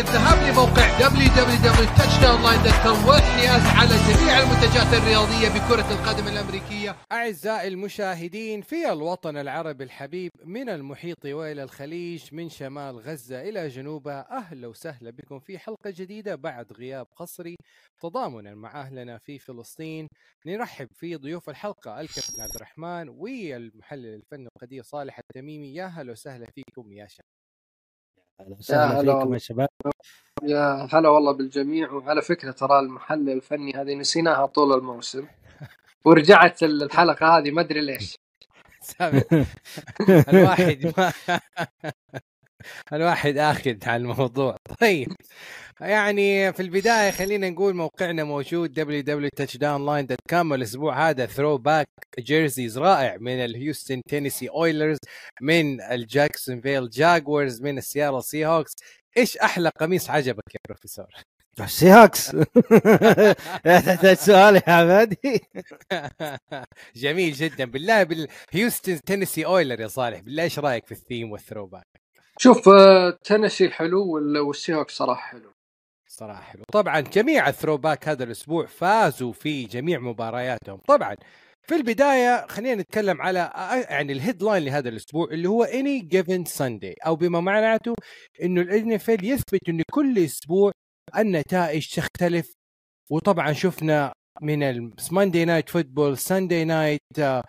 الذهاب لموقع www.touchdownline.com والحياز على جميع المنتجات الرياضية بكرة القدم الأمريكية. أعزائي المشاهدين في الوطن العربي الحبيب، من المحيط وإلى الخليج، من شمال غزة إلى جنوبها، أهلا وسهلا بكم في حلقة جديدة بعد غياب قصري تضامنا مع أهلنا في فلسطين. نرحب في ضيوف الحلقة الكابتن عبد الرحمن والمحلل الفني القدير صالح التميمي. يا هلا وسهلا فيكم يا شباب. يا فيكم يا شباب. يا هلا والله بالجميع. وعلى فكرة ترى المحلل الفني هذه نسيناها طول الموسم ورجعت الحلقة هذه ما أدري ليش. الواحد آخذ على الموضوع. طيب يعني في البداية خلينا نقول موقعنا موجود www.touchdownline.com. والأسبوع هذا ثرو باك جيرزيز رائع من الهيوستن تينيسي أويلرز، من الجاكسونفيل جاكورز، من السيارة سي هوكس. إيش أحلى قميص عجبك يا بروفيسور؟ سي هوكس. تحتاج سؤال يا عبادي. جميل جدا بالله. بالهيوستن تينيسي أويلر يا صالح، بالله إيش رأيك في الثيم والثرو باك؟ شوف تينيسي حلو والسي هوكس صراحة حلو. طبعا جميع الثروباك هذا الأسبوع فازوا في جميع مبارياتهم. طبعا في البداية خلينا نتكلم على يعني الهيدلاين لهذا الأسبوع اللي هو any given Sunday، أو بما معناته إنه الNFL يثبت إنه كل أسبوع النتائج تختلف. وطبعا شفنا من الماندي نايت فوتبول، ساندي نايت،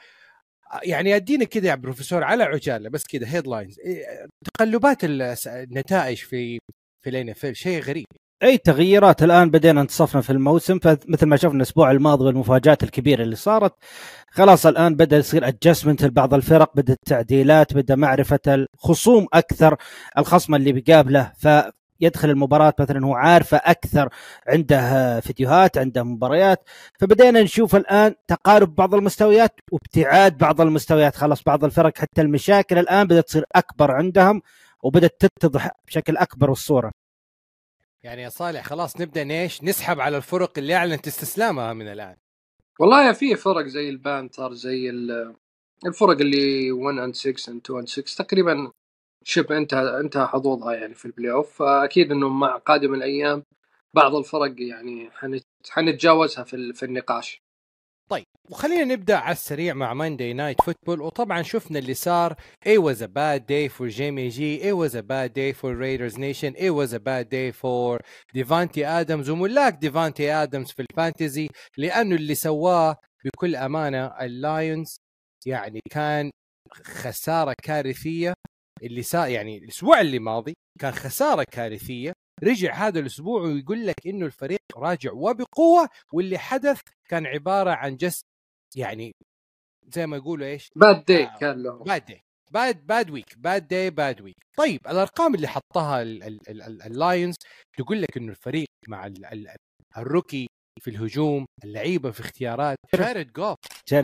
يعني أدينا كده يا بروفيسور على عجالة بس كده هيدلاينز، تقلبات النتائج في الNFL شيء غريب. اي تغييرات الان بدينا انتصفنا في الموسم، فمثل ما شفنا الاسبوع الماضي والمفاجات الكبيره اللي صارت، خلاص الان بدا يصير ادجستمنت لبعض الفرق، بدات التعديلات، بدا معرفه الخصوم اكثر، الخصم اللي بيقابله فيدخل المباراه مثلا هو عارفه اكثر، عنده فيديوهات، عنده مباريات، فبدينا نشوف الان تقارب بعض المستويات وابتعاد بعض المستويات. خلاص بعض الفرق حتى المشاكل الان بدات تصير اكبر عندهم وبدات تتضح بشكل اكبر الصوره. يعني يا صالح خلاص نبدأ نسحب على الفرق اللي أعلنت استسلامها من الآن. والله يا في فرق زي البانتر، زي الفرق اللي 1-6 and 2-6 تقريبا شبه انتهى حظوظها يعني في البلاي اوف. فأكيد إنه مع قادم الأيام بعض الفرق يعني حنتجاوزها في النقاش. طيب وخلينا نبدأ على السريع مع ماندي نايت فوتبول. وطبعا شفنا اللي صار. It was a bad day for Jimmy G. It was a bad day for Raiders Nation. It was a bad day for ديفانتي آدمز وملاك ديفانتي آدمز في الفانتزي، لأنه اللي سواه بكل أمانة اللايونز يعني كان خسارة كارثية. اللي صار يعني الأسبوع اللي ماضي كان خسارة كارثية، رجع هذا الأسبوع ويقول لك إنه الفريق راجع وبقوة، واللي حدث كان عبارة عن جست يعني زي ما يقولوا إيش باد داي كان له باد ويك. طيب الأرقام اللي حطها اللايونز تقول لك إنه الفريق مع الروكي في الهجوم، اللعيبة في اختيارات، جاريد جوف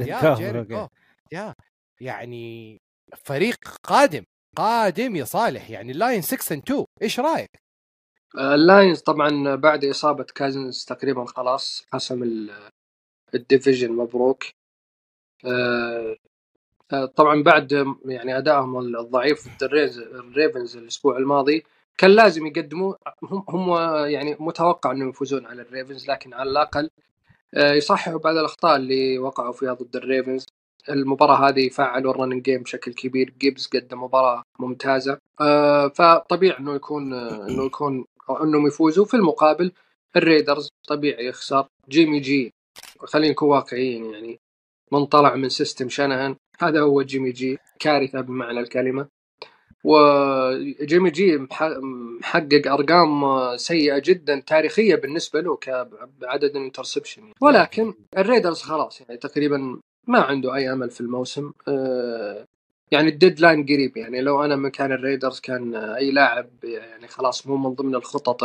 يعني فريق قادم يا صالح. يعني اللاين 6-2. إيش رأيك؟ اللاينز طبعا بعد إصابة كازنز تقريبا خلاص حسم الديفيجن، مبروك. طبعا بعد يعني أدائهم الضعيف ضد الريفنز الأسبوع الماضي كان لازم يقدموا، هم يعني متوقع أنهم يفوزون على الريفنز، لكن على الأقل يصححوا بعض الأخطاء اللي وقعوا فيها ضد الريفنز. المباراة هذه فعلوا الرننج جيم بشكل كبير، جيبز قدم مباراة ممتازة، فطبيعي انهم يفوزوا. في المقابل الريدرز طبيعي يخسر. جيمي جي خلينا نكون واقعيين، يعني من طلع من سيستم شانهان هذا هو جيمي جي، كارثة بمعنى الكلمة. وجيمي جي محقق أرقام سيئة جدا تاريخية بالنسبة له كعدد الانترسبشن، ولكن الريدرز خلاص يعني تقريبا ما عنده أي أمل في الموسم. يعني الديدلاين قريب، يعني لو أنا مكان الريدرز كان أي لاعب يعني خلاص مو من ضمن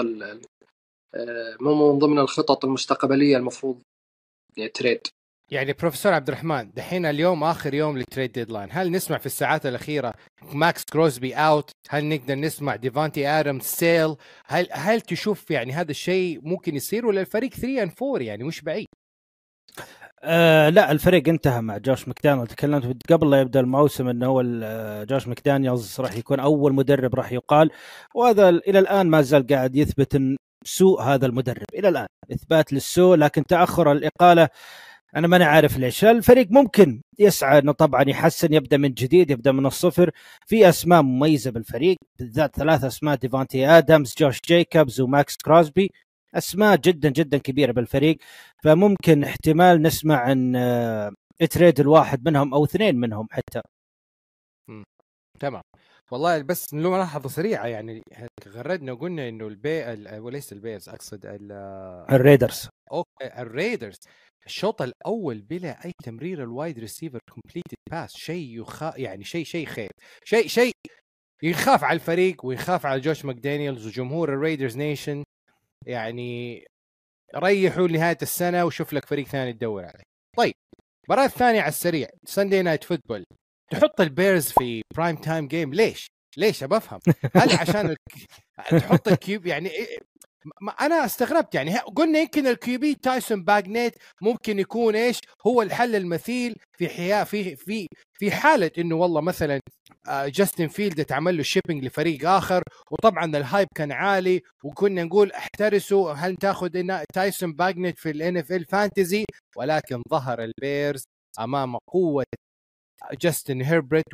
الخطط المستقبلية المفروض يعني تريد. يعني بروفيسور عبد الرحمن دحين اليوم آخر يوم للتريد ديدلاين، هل نسمع في الساعات الأخيرة ماكس كروسبي أوت؟ هل نقدر نسمع ديفانتي آدمز سيل؟ هل تشوف يعني هذا الشيء ممكن يصير، ولا الفريق 3-4 يعني مش بعيد؟ لا الفريق انتهى مع جوش ماكدانيال. تكلمت قبل لا يبدا الموسم انه هو جوش ماكدانيالز راح يكون اول مدرب راح يقال، وهذا الى الان ما زال قاعد يثبت ان سوء هذا المدرب الى الان، اثبات للسوء. لكن تاخر الاقاله انا ماني عارف ليش. الفريق ممكن يسعى انه طبعا يحسن، يبدا من جديد، يبدا من الصفر. في اسماء مميزه بالفريق، بالذات 3 اسماء: ديفانتي ادمز، جوش جايكوبز، وماكس كروسبي. اسماء جدا جدا كبيره بالفريق، فممكن احتمال نسمع عن تريد الواحد منهم او 2 منهم حتى. تمام. والله بس له ملاحظه سريعه، يعني غردنا وقلنا انه وليس البيرز، اقصد الريدرز. اوكي الريدرز الشوط الاول بلا اي تمرير الوايد ريسيفر كومبليتد باس، شيء يعني شيء خير، شيء يخاف على الفريق ويخاف على جوش ماكدانيالز وجمهور الريدرز نيشن. يعني ريحوا لنهايه السنه وشوف لك فريق ثاني تدور عليه. طيب المباراه الثانيه على السريع، ساندي نايت فوتبول، تحط البيرز في برايم تايم جيم ليش بفهم؟ هل عشان تحط الكيوب؟ يعني انا استغربت. يعني قلنا يمكن الكيوبي تايسون باغنيت ممكن يكون ايش هو الحل المثيل في حاله انه والله مثلا جاستن فيلد اتعمل له شيبينج لفريق اخر، وطبعا الهايب كان عالي، وكنا نقول احترسوا هل تاخذ تايسون باغنيت في الان اف ال فانتزي. ولكن ظهر البيرز امام قوه جاستن هيربرت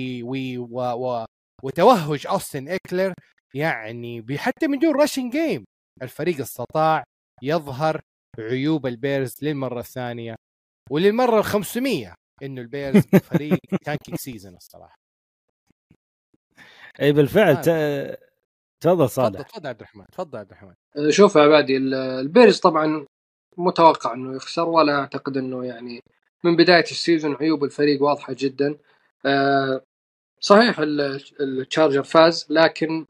وتوهج أوستن إكلر، يعني حتى من دون راشين جيم الفريق استطاع يظهر عيوب البيرز للمرة الثانية وللمرة 500 إنه البيرز فريق تانكينج سيزن الصراحة. أي بالفعل. تفضل صالح. تفضل عبد الرحمن. شوف يا عبادي، البيرز طبعا متوقع إنه يخسر، ولا أعتقد إنه يعني من بداية السيزون عيوب الفريق واضحة جدا. صحيح التشارجر فاز، لكن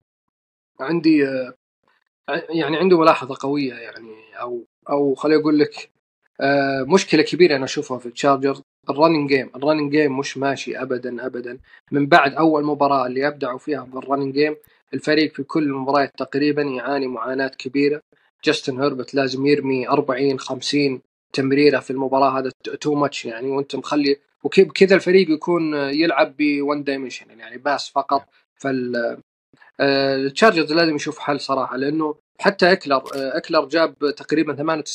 عندي يعني عنده ملاحظة قوية، يعني أو خليني أقول لك مشكلة كبيرة أنا أشوفها في التشارجر. الرننج جيم مش ماشي أبدا. من بعد أول مباراة اللي يبدعوا فيها بالرننج جيم، الفريق في كل المباريات تقريبا يعاني معاناة كبيرة. جاستن هيربرت لازم يرمي 40-50 تمريرة في المباراة، هذا تو ماتش يعني، وانت مخلي وكذا الفريق يكون يلعب بوان دايمنشن، يعني باس فقط. التشارجرز لازم يشوف حل صراحة، لأنه حتى أكلر جاب تقريبا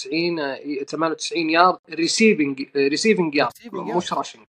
98 يارد ريسيفنج يارد مش راشنج.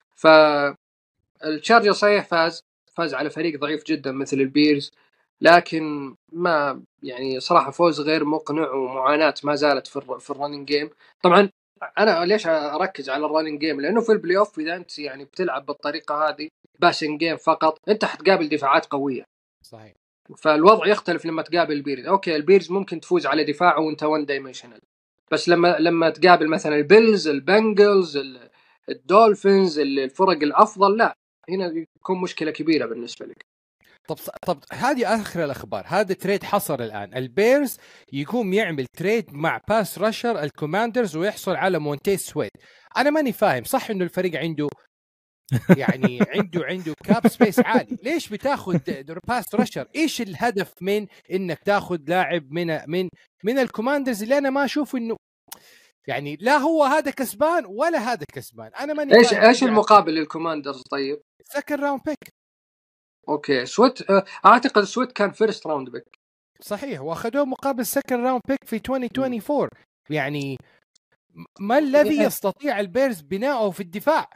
فالتشارجر صحيح فاز على فريق ضعيف جدا مثل البيرز، لكن ما يعني صراحة فوز غير مقنع، ومعاناة ما زالت في الرننج جيم. طبعا أنا ليش أركز على الرننج جيم؟ لأنه في البلاي أوف إذا أنت يعني بتلعب بالطريقة هذه باسنج جيم فقط، أنت حتقابل دفاعات قوية. صحيح. فالوضع يختلف لما تقابل البيرز. اوكي البيرز ممكن تفوز على دفاعه وانت وان دايمنشنال، بس لما تقابل مثلا البيلز، البنجلز، الدولفينز، الفرق الافضل، لا، هنا يكون مشكله كبيره بالنسبه لك. طب هذه اخر الاخبار. هذا تريد حصل الان، البيرز يقوم يعمل تريد مع باس راشر الكوماندرز ويحصل على مونتيس سويت. انا ماني فاهم، صح انه الفريق عنده يعني عنده كاب سبيس عالي، ليش بتاخذ باس راشر؟ ايش الهدف من انك تاخذ لاعب من الكوماندرز اللي انا ما اشوف انه يعني لا هو هذا كسبان ولا هذا كسبان؟ انا ماني ايش المقابل للكوماندرز؟ طيب سكند راوند بيك. اوكي سويت، اعتقد سويت كان فيرست راوند بيك. صحيح، واخذوه مقابل سكند راوند بيك في 2024. يعني ما الذي يستطيع البيرز بناؤه في الدفاع؟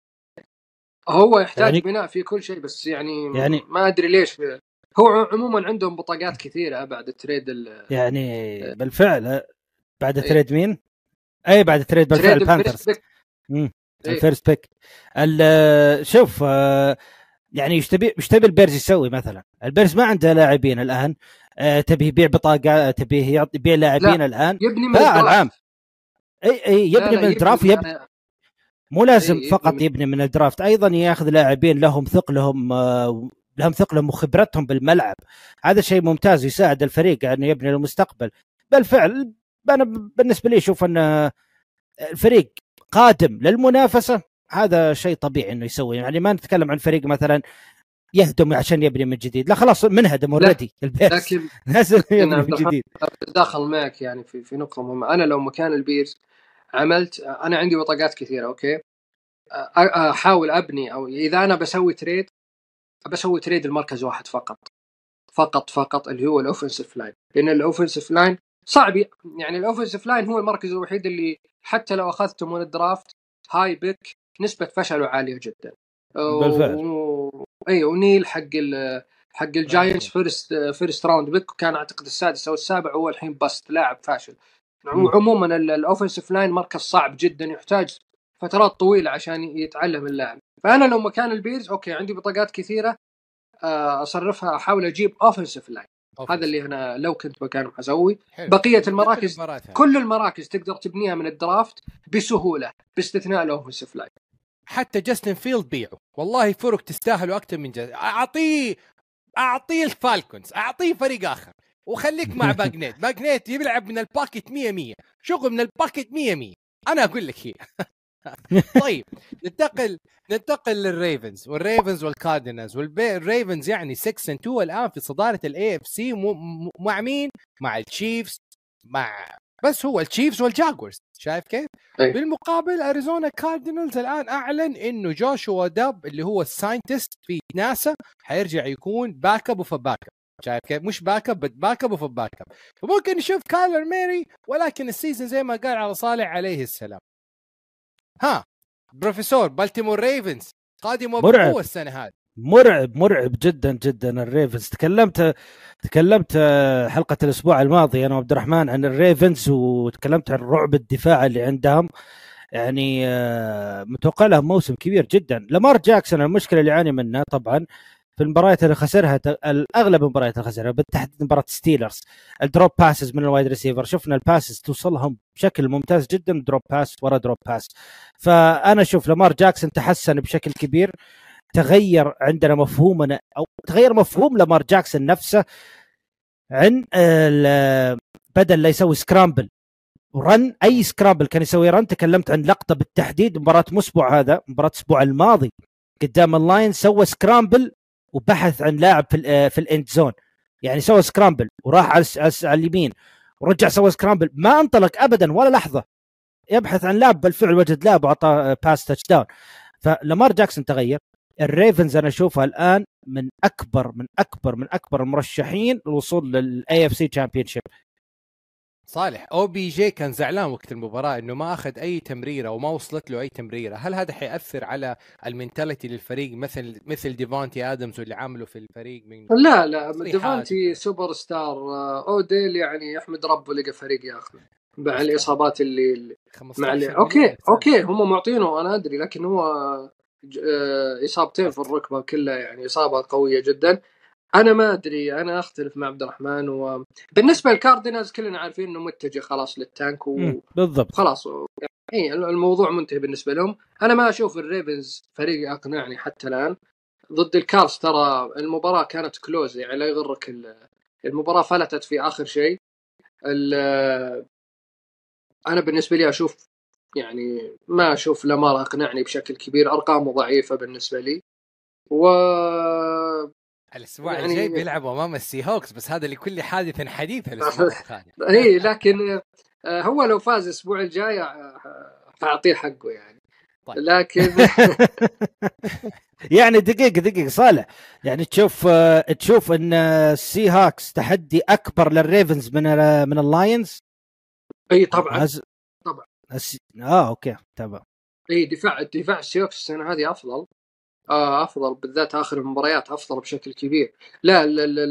هو يحتاج يعني بناء في كل شيء، بس يعني ما ادري ليش. هو عموما عندهم بطاقات كثيره بعد التريد يعني بالفعل بعد تريد مين؟ اي بعد تريد بالفعل بانثرز. الفيرست بيك. شوف يعني ايش تبي البيرز يسوي؟ مثلا البيرز ما عنده لاعبين الان، تبي يبيع بطاقات، تبي يبيع لاعبين الان، يبني من الدرافت. اي يبني من الدرافت. مو لازم فقط يبني من الدرافت، ايضا ياخذ لاعبين لهم ثقلهم وخبرتهم بالملعب. هذا شيء ممتاز يساعد الفريق انه يبني للمستقبل. بالفعل انا بالنسبه لي اشوف ان الفريق قادم للمنافسه، هذا شيء طبيعي انه يسوي. يعني ما نتكلم عن فريق مثلا يهدم عشان يبني من جديد، لا خلاص منهدم اوريدي البيرز، لازم يبني من جديد. داخل معك يعني في نقطه مهمه. انا لو مكان البيرز عملت انا عندي بطاقات كثيره اوكي، احاول ابني، او اذا انا بسوي تريد المركز واحد فقط اللي هو الاوفنسيف لاين، لان الاوفنسيف لاين صعب، يعني الاوفنسيف لاين هو المركز الوحيد اللي حتى لو اخذته من الدرافت هاي بيك نسبه فشله عاليه جدا. بالفعل اي ونيل حق الجاينتس فيرست راوند بيك، كان اعتقد السادس او السابع، هو الحين بست لاعب فاشل. عموما الاوفنسيف لاين مركز صعب جدا، يحتاج فترات طويله عشان يتعلم اللاعب. فانا لو مكان البيرز اوكي عندي بطاقات كثيره، اصرفها احاول اجيب اوفنسيف لاين، هذا اللي انا لو كنت مكانهم حسوي. بقيه المراكز كل المراكز تقدر تبنيها من الدرافت بسهوله باستثناء الاوفنسيف لاين. حتى جاستن فيلد بيعه والله فرق تستاهلوا اكثر من اعطيه الفالكونز، اعطيه فريق اخر وخليك مع باجنيت يلعب من الباكيت 100 شغل من الباكيت 100 انا اقول لك هي. طيب ننتقل للريفنز والكاردينالز. والريفنز يعني 6-2 الان في صداره الاي اف سي، مع مين؟ مع التشيفز، بس هو التشيفز والجاكورز، شايف كيف؟ بالمقابل اريزونا كاردينالز الان اعلن انه جوشوا داب اللي هو الساينتست في ناسا حيرجع يكون باك اب وفباك اب، شايف كيف؟ مش باك اب باك اب وفباك اب. فممكن نشوف كايلر ميري، ولكن السيزون زي ما قال على صالح عليه السلام. ها بروفيسور، بالتيمور ريفنز قادم وبقوة السنة هذه. مرعب جدا جدا الريفنز. تكلمت حلقة الأسبوع الماضي أنا وعبد الرحمن عن الريفنز، وتكلمت عن رعب الدفاع اللي عندهم، يعني متوقع لهم موسم كبير جدا. لامار جاكسون المشكلة اللي يعاني منها طبعا في المباريات اللي خسرها، الأغلب المباريات اللي خسرها بالتحديد مباراة ستيلرز، الدروب باسز من الوايد ريسيفر، شفنا الباسز توصلهم بشكل ممتاز جدا، دروب باس ورا دروب باس. فأنا أشوف لامار جاكسون تحسن بشكل كبير، تغير عندنا مفهومنا أو تغير مفهوم لامار جاكسون نفسه، عن بدل لا يسوي سكرامبل ورن، أي سكرامبل كان يسوي رن. تكلمت عن لقطة بالتحديد مباراة مباراة الأسبوع الماضي قدام اللاين، سوى سكرامبل وبحث عن لاعب في الاند زون، يعني سوى سكرامبل وراح على اليمين ورجع سوى سكرامبل، ما انطلق ابدا ولا لحظه، يبحث عن لاعب، بالفعل وجد لاعب وعطى باس تاتش داون. فلامار جاكسون تغير. الريفنز انا اشوفها الان من اكبر المرشحين للوصول للاي اف سي تشامبيونشيب. صالح او بي جي كان زعلان وقت المباراه انه ما اخذ اي تمريره وما وصلت له اي تمريره، هل هذا حيأثر على المينتاليتي للفريق مثل ديفانتي ادمز واللي عمله في الفريق؟ من لا ديفانتي سوبر ستار، اوديل يعني يحمد ربه لقى فريق ياخذ مع الاصابات اللي مع اوكي هم معطينه انا ادري، لكن هو اصابتين في الركبه كلها، يعني اصابه قويه جدا. انا ما ادري، انا اختلف مع عبد الرحمن. وبالنسبه للكاردينالز كلنا عارفين انه متجه خلاص للتانك بالضبط خلاص، يعني الموضوع منتهي بالنسبه لهم. انا ما اشوف الريفنز فريق اقنعني حتى الان ضد الكارز. ترى المباراه كانت كلوز، يعني لا يغرك المباراه فلتت في اخر شيء. انا بالنسبه لي اشوف، يعني ما اشوف لامار اقنعني بشكل كبير، ارقامه ضعيفه بالنسبه لي. الاسبوع يعني الجاي بيلعب امام السي هوكس، بس هذا لكل حادث حديث الاسبوع الثاني. اي لكن هو لو فاز الاسبوع الجاي حاعطيه حقه يعني. طيب. لكن يعني دقيقه صالح، يعني تشوف ان السي هوكس تحدي اكبر للريفنز من اللاينز. اي طبعا اوكي تمام. اي دفاع السي هوكس السنه هذه افضل بالذات اخر المباريات، افضل بشكل كبير. لا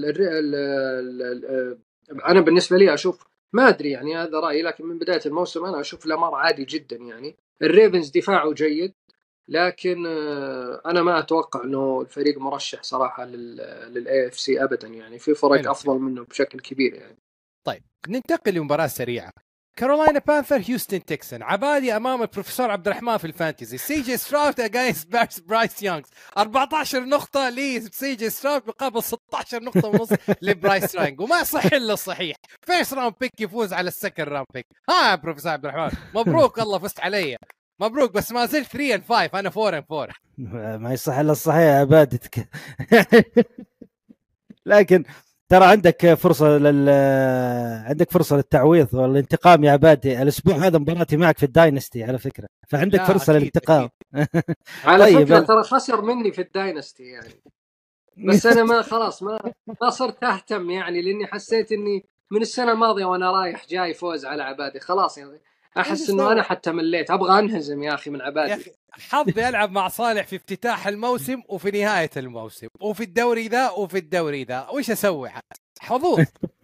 انا بالنسبه لي اشوف، ما ادري يعني هذا رايي، لكن من بدايه الموسم انا اشوف لامار عادي جدا. يعني الريفنز دفاعه جيد، لكن انا ما اتوقع انه الفريق مرشح صراحه للاي اف سي ابدا، يعني في فرق افضل منه بشكل كبير يعني. طيب ننتقل لمباراه سريعه، كارولاينا بانثر هيوستن تكسن. عبادي امام البروفيسور عبد الرحمن في الفانتزي. سي جي ستراود اجينست برايس يونغز، 14 نقطه لسي جي ستراود مقابل 16 نقطه ونص لبرايس يونغ، وما صح الا الصحيح. فيرست راوند بيك يفوز على السكند راوند بيك. ها بروفيسور عبد الرحمن مبروك، الله فزت علي، مبروك، بس ما زلت 3-5، انا 4-4. ما يصح الا الصحيح عبادتك. لكن ترى عندك فرصه عندك فرصه للتعويض والانتقام يا عبادي. الاسبوع هذا مباراتي معك في الداينستي على فكره، فعندك فرصه للانتقام. على طيب فكره ترى خسر مني في الداينستي يعني، بس انا ما خلاص ما صرت اهتم يعني، لاني حسيت اني من السنه الماضيه وانا رايح جاي فوز على عبادي خلاص يعني، احس انه انا حتى مليت ابغى انهزم يا اخي من عبادي. يا أخي حظي ألعب مع صالح في افتتاح الموسم وفي نهاية الموسم وفي الدوري ذا وفي الدوري ذا، وش أسوي؟ حظوظ.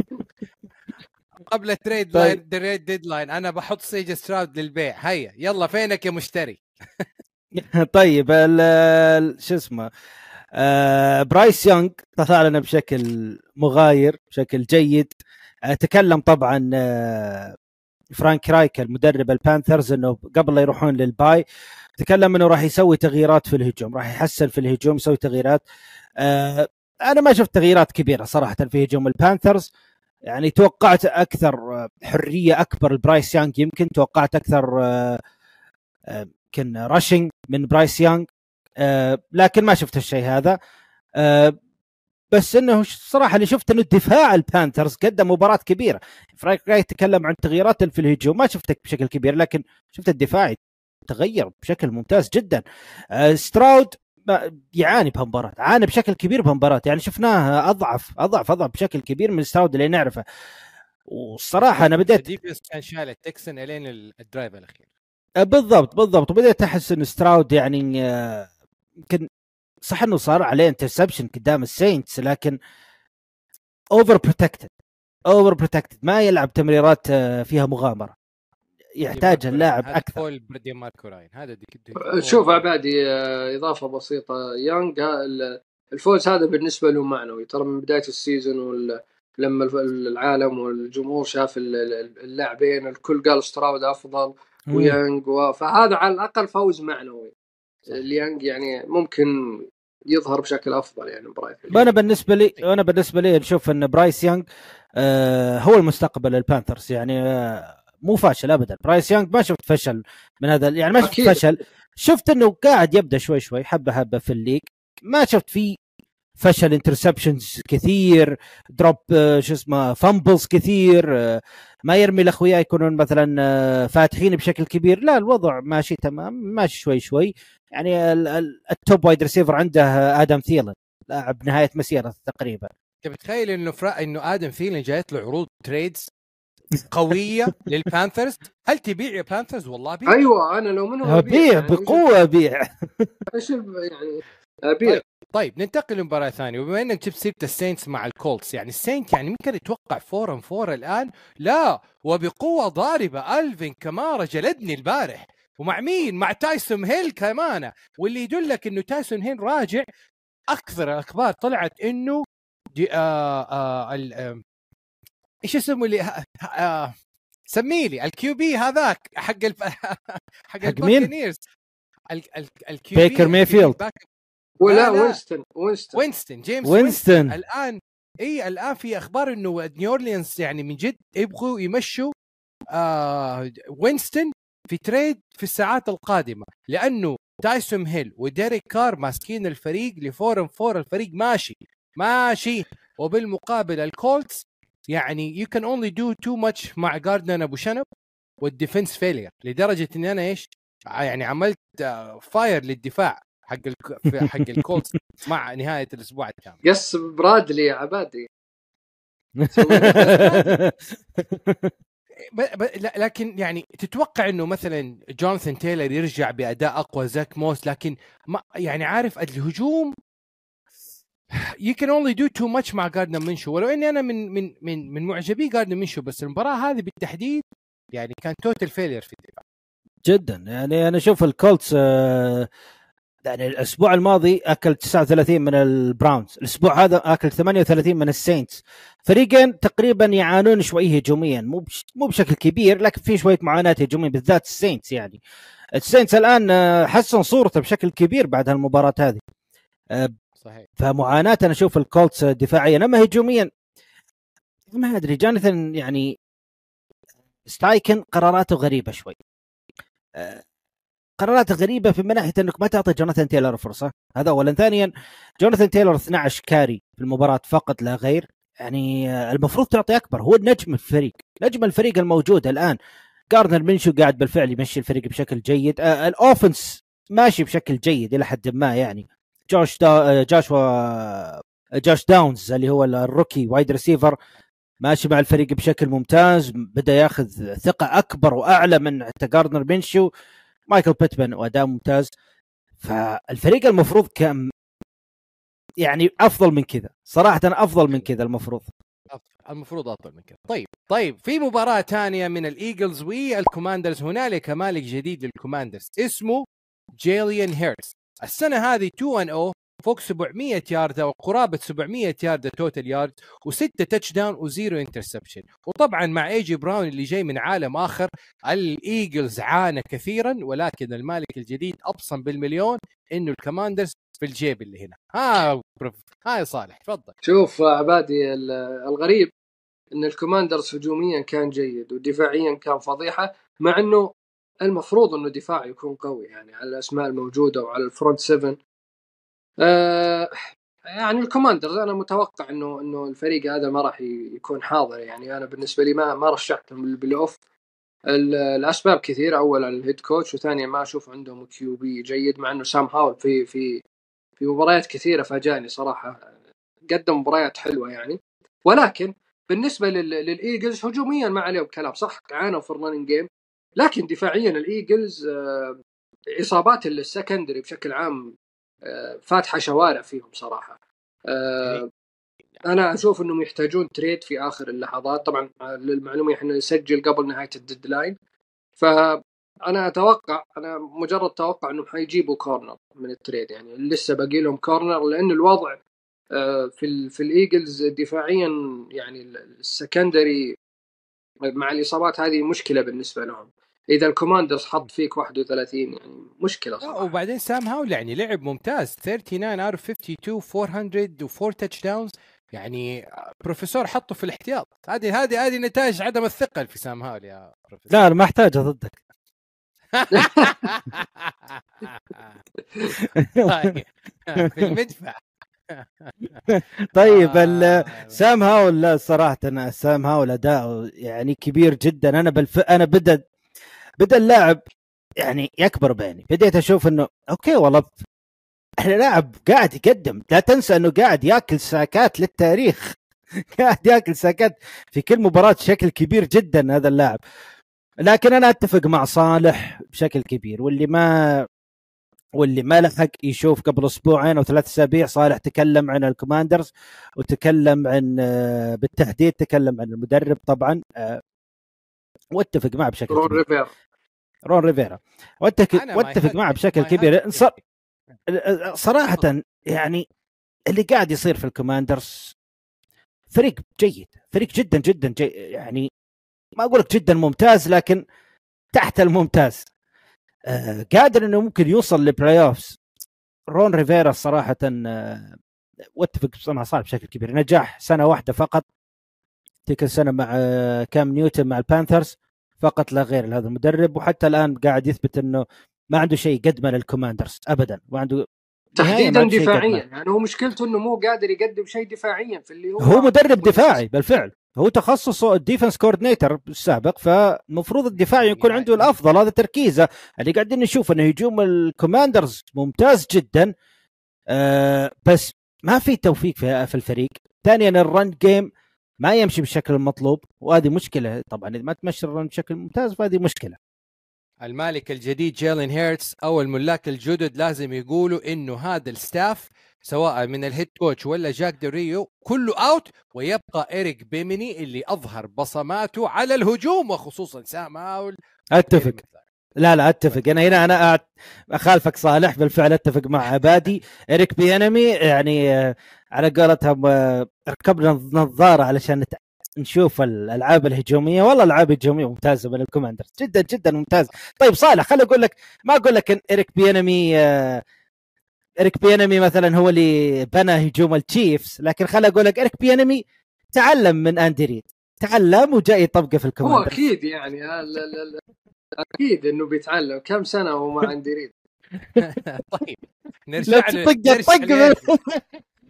قبل التريد لاين ديدلاين أنا بحط سيج ستراود للبيع، هيا يلا فينك يا مشتري. طيب شو اسمه برايس يونغ طلع لنا بشكل مغاير بشكل جيد. تكلم طبعا فرانك رايك المدرب البانثرز انه قبل لا يروحون للباي تكلم انه راح يسوي تغييرات في الهجوم، راح يحسن في الهجوم، يسوي تغييرات. انا ما شفت تغييرات كبيره صراحه في هجوم البانثرز، يعني توقعت اكثر حريه اكبر البرايس يانغ، يمكن توقعت اكثر يمكن راشينج من برايس يانغ، لكن ما شفت الشيء هذا. بس انه صراحه اللي شفت انه دفاع البانثرز قدم مباراه كبيره. فرانك رايك تكلم عن تغييرات في الهجوم ما شفتك بشكل كبير، لكن شفت الدفاع تغير بشكل ممتاز جدا. ستراود يعاني بهالمباراه، عانى بشكل كبير بهالمباراه، يعني شفناه اضعف بشكل كبير من ستراود اللي نعرفه. والصراحه انا بديت ديفيس كان شايل التكسن الين الدرايف الاخير. بالضبط وبديت احس ان ستراود يعني يمكن صح انه صار عليه انترسبشن قدام السينتس، لكن اوفر بروتكتد ما يلعب تمريرات فيها مغامره، يحتاج اللاعب اكثر. هذا شوف عبادي اضافه بسيطه، يانغ الفوز هذا بالنسبه له معنوي ترى من بدايه السيزون، لما العالم والجمهور شاف اللاعبين الكل قال ستراود افضل ويانغ فهذا على الاقل فوز معنوي. اليانغ يعني ممكن يظهر بشكل افضل يعني برايس. انا بالنسبه لي نشوف ان برايس يانغ هو المستقبل للبانثرز، يعني مو فاشل ابدا. برايس يانغ ما شفت فشل من هذا، يعني ما شفت فشل، شفت انه قاعد يبدا شوي حبه في الليج، ما شفت فيه فشل. انترسبشنز كثير، دروب شو اسمه فامبلز كثير، ما يرمي الاخويا يكونون مثلا فاتحين بشكل كبير، لا الوضع ماشي تمام، ماشي شوي يعني. التوب وايد ريسيفر عنده ادم ثيلن، لاعب نهايه مسيرته تقريبا. انت بتخيل انه انه ادم ثيلن جايت له عروض تريدز قويه للبانثرز؟ هل تبيع يا بانثرز؟ والله بيع. ايوه انا لو منه ابيع يعني بقوه ابيع. ايش يعني ابيع. طيب ننتقل لمباراة ثانية، وبما انك جبت سيرة السينتس مع الكولتس، يعني السينت يعني ممكن يتوقع 4-4 الان؟ لا، وبقوة ضاربة. ألفين كمارا جلدني البارح، ومع مين؟ مع تايسون هيل كمان، واللي يدلك انه تايسون هيل راجع. اكثر الاخبار طلعت انه ايش اسمه اللي سميلي الكيو بي هذاك حق حق الباكنيرز، الكيو بي بيكر مايفيلد ولا وينستون جيمس وينستون. الان في اخبار انه نيورلينز يعني من جد يبغوا يمشوا وينستون في تريد في الساعات القادمه، لانه تايسون هيل وديريك كار ماسكين الفريق لفورم فور، الفريق ماشي. وبالمقابل الكولتس يعني you can only do too much مع جاردنر ابو شنب والديفنس فيلير، لدرجه ان انا يعني عملت فاير للدفاع حق الكولتس مع نهايه الاسبوع الثامن. يس برادلي يا عبادي. لكن يعني تتوقع انه مثلا جوناثان تايلر يرجع باداء اقوى، زاك موس، لكن ما يعني عارف الهجوم you can only do too much مع جاردنر منشو، ولو اني انا من معجبي جاردنر منشو، بس المباراه هذه بالتحديد يعني كان توتال فيلير في الدفاع جدا. يعني انا اشوف الكولتس يعني الاسبوع الماضي اكل 39 من البراونز، الاسبوع هذا اكل 38 من السينتس. فريقين تقريبا يعانون شوي هجوميا، مو بشكل كبير، لكن في شويه معاناه هجوميه بالذات السينتس. يعني السينتس الان حسن صورته بشكل كبير بعد هالمباراه هذه. صحيح. فمعاناه انا اشوف الكولتس دفاعيا، اما هجوميا ما ادري. جوناثان يعني ستايكن قراراته غريبه شوي، قرارات غريبه في ناحيه انك ما تعطي جوناثان تايلر فرصه، هذا اولا. ثانيا جوناثان تايلر 12 كاري في المباراه فقط لا غير، يعني المفروض تعطي اكبر. هو نجم الفريق، نجم الفريق الموجود الان. جاردنر منشو قاعد بالفعل يمشي الفريق بشكل جيد. الاوفنس ماشي بشكل جيد الى حد ما يعني. جوش داونز اللي هو الروكي وايد ريسيفر ماشي مع الفريق بشكل ممتاز، بدا ياخذ ثقه اكبر واعلى من جاردنر منشو. مايكل بيتمان واداء ممتاز. فالفريق المفروض كان يعني افضل من كذا صراحه، افضل من كذا المفروض افضل من كذا. طيب في مباراه ثانيه من الايجلز والكوماندرز. هنالك مالك جديد للكوماندرز اسمه جيلين هيرتز. السنه هذه 2-0 فوق 700 يارده وقرابه 700 يارده توتال يارد و6 تاتش داون وزيرو انترسبشن. وطبعا مع ايجي براون اللي جاي من عالم اخر، الايجلز عانى كثيرا، ولكن المالك الجديد ابصم بالمليون انه الكوماندرز في الجيب اللي هنا. ها يا صالح تفضل. شوف عبادي، الغريب ان الكوماندرز هجوميا كان جيد ودفاعيا كان فضيحه، مع انه المفروض انه دفاع يكون قوي يعني على الاسماء الموجوده وعلى الفرونت 7. يعني الكوماندرز انا متوقع انه الفريق هذا ما راح يكون حاضر. يعني انا بالنسبه لي ما رشحتهم للبلاي اوف. الاسباب كثيره، اولا الهيد كوتش، وثانيا ما اشوف عندهم كيو بي جيد، مع انه سام هاول في مباريات كثيره فاجاني صراحه، قدم مباريات حلوه يعني. ولكن بالنسبه للايجلز هجوميا ما عليهم كلام، صح عانوا في الرننج جيم، لكن دفاعيا الايجلز اصابات السكندري بشكل عام فاتحه شوارع فيهم صراحه. انا اشوف انهم يحتاجون تريد في اخر اللحظات. طبعا للمعلومه احنا نسجل قبل نهايه الديدلاين، فانا اتوقع، انا مجرد توقع انهم حيجيبوا كورنر من التريد. يعني لسه باقي لهم كورنر، لان الوضع في الايجلز دفاعيا يعني السكندري مع الاصابات هذه مشكله بالنسبه لهم. اذا الكوماندرز حط فيك 31 يعني مشكله صراحه. وبعدين سام هاول يعني لعب ممتاز، 39 اوت اوف 52 404 تاتش داونز. يعني بروفيسور حطه في الاحتياط. هذه نتائج عدم الثقه في سام هاول يا بروفيسور. لا ما احتاجه ضدك. في المدفع. طيب سام هاول، لا صراحه أنا سام هاول اداؤه يعني كبير جدا. انا بدا اللاعب يعني يكبر بعيني، بديت اشوف انه اوكي والله اللاعب قاعد يقدم. لا تنسى انه قاعد ياكل ساكات للتاريخ. قاعد ياكل ساكات في كل مباراه بشكل كبير جدا هذا اللاعب. لكن انا اتفق مع صالح بشكل كبير، واللي ما لحق يشوف قبل اسبوعين او 3 أسابيع صالح تكلم عن الكوماندرز، وتكلم عن بالتحديد تكلم عن المدرب طبعا، واتفق معه بشكل كبير. رون ريفيرا واتفق معه بشكل كبير. صراحه يعني اللي قاعد يصير في الكوماندرز فريق جيد، فريق جدا جدا جيد. يعني ما اقول لك جدا ممتاز، لكن تحت الممتاز. قادر انه ممكن يوصل للبلاي اوفز. رون ريفيرا صراحه واتفق مع صالح بشكل كبير. نجاح سنه واحده فقط، تلك السنه مع كام نيوتن مع البانثرز فقط لا غير لهذا المدرب، وحتى الان قاعد يثبت انه ما عنده شيء يقدمه للكوماندرز ابدا، وعنده تحديدا دفاعيا. يعني هو مشكلته انه مو قادر يقدم شيء دفاعيا في اللي هو مدرب دفاعي بالفعل، هو تخصصه الديفنس كوردينيتور السابق، فمفروض الدفاع يكون عنده الافضل. هذا تركيزه اللي قاعدين نشوف انه هجوم الكوماندرز ممتاز جدا، بس ما في توفيق في الفريق. ثانيا الرن جيم ما يمشي بالشكل المطلوب، وهذه مشكله طبعا. اذا ما تمشي الرن بشكل ممتاز فهذه مشكله. المالك الجديد جيلين هيرتز او الملاك الجدد لازم يقولوا انه هذا الستاف سواء من الهيد كوتش ولا جاك دوريو كله اوت، ويبقى إريك بيميني اللي اظهر بصماته على الهجوم، وخصوصا سام هاول. اتفق. لا اتفق. انا اخالفك صالح، بالفعل اتفق مع عبادي. إريك بيانمي يعني على قولتهم ركبنا نظاره علشان نشوف الالعاب الهجوميه. والله الالعاب الهجوميه ممتازه من الكوماندرز، جدا جدا ممتاز. طيب صالح، خليني اقول لك، ما اقول لك ان إريك بيانمي مثلا هو اللي بنى هجوم التشيفز، لكن خليني اقول لك إريك بيانمي تعلم من أندي ريد، تعلم وجاي يطبقه في الكوماندرز. هو اكيد يعني اكيد انه بيتعلم. كم سنه هو مع أندي ريد. طيب نرجع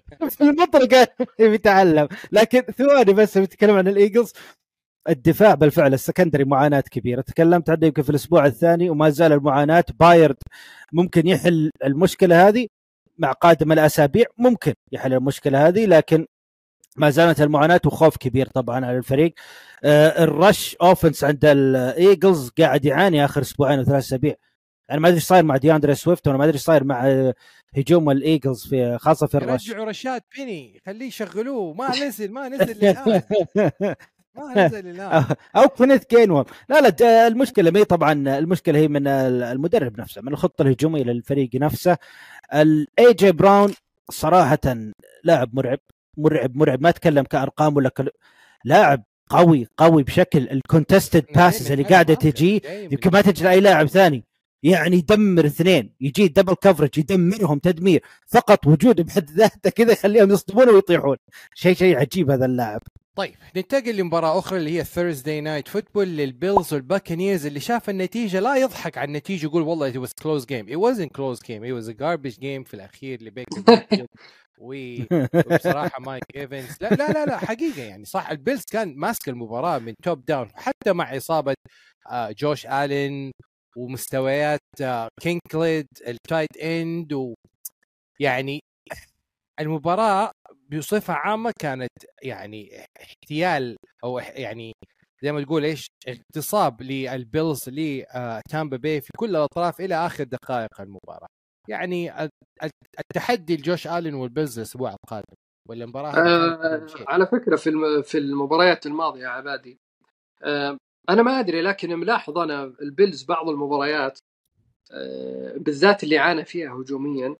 في المطرقه بيتعلم. لكن ثواني بس بتكلم عن الايجلز. الدفاع بالفعل السكندري معاناه كبيره، تكلمت عنه يمكن في الاسبوع الثاني وما زال المعاناه. بايرد ممكن يحل المشكله هذه مع قادم الاسابيع، ممكن يحل المشكله هذه، لكن ما زالت المعاناه وخوف كبير طبعا على الفريق. الرش اوفنس عند الايجلز قاعد يعاني اخر اسبوعين وثلاث اسابيع. انا ما ادري ايش صاير مع دياندري سويفت، وانا ما ادري ايش صاير مع هجوم الايجلز في خاصه في الرش. رجعوا رشاد بيني، خليه يشغلوه، ما نزل الان. ما نزل الان. او كنت كينوال. لا المشكله مي طبعا، المشكله هي من المدرب نفسه، من الخطه الهجوميه للفريق نفسه. الاي جي براون صراحه لاعب مرعب. ما اتكلم كارقام ولا لاعب قوي بشكل. الكونتستد باسز اللي قاعده تجي يمكن ما تجي اي لاعب ثاني، يعني يدمر اثنين، يجي دبل كفرج يدمرهم تدمير. فقط وجوده بحد ذاته كذا يخليهم يصدمون ويطيحون. شيء عجيب هذا اللاعب. طيب ننتقل لمباراة أخرى اللي هي Thursday Night Football للبيلز والباكنيرز. اللي شاف النتيجة لا يضحك على النتيجة، يقول والله it was close game. It wasn't close game. It was a garbage game في الأخير لبيكر مايفيلد وبصراحة مايك إيفنز. لا حقيقة يعني صح، البيلز كان ماسك المباراة من توب داون، حتى مع إصابة جوش آلين ومستويات كينكليد التايت إند، يعني المباراة بصفة عامة كانت يعني احتيال أو يعني زي ما تقول إيش اغتصاب للبيلز لتامبا باي في كل الأطراف إلى آخر دقائق المباراة. يعني التحدي لجوش آلين والبيلز الأسبوع القادم ولا المباراة على فكرة في المباريات الماضية يا عبادي، أنا ما أدري لكن ملاحظ أنا البيلز بعض المباريات بالذات اللي عانى فيها هجوميا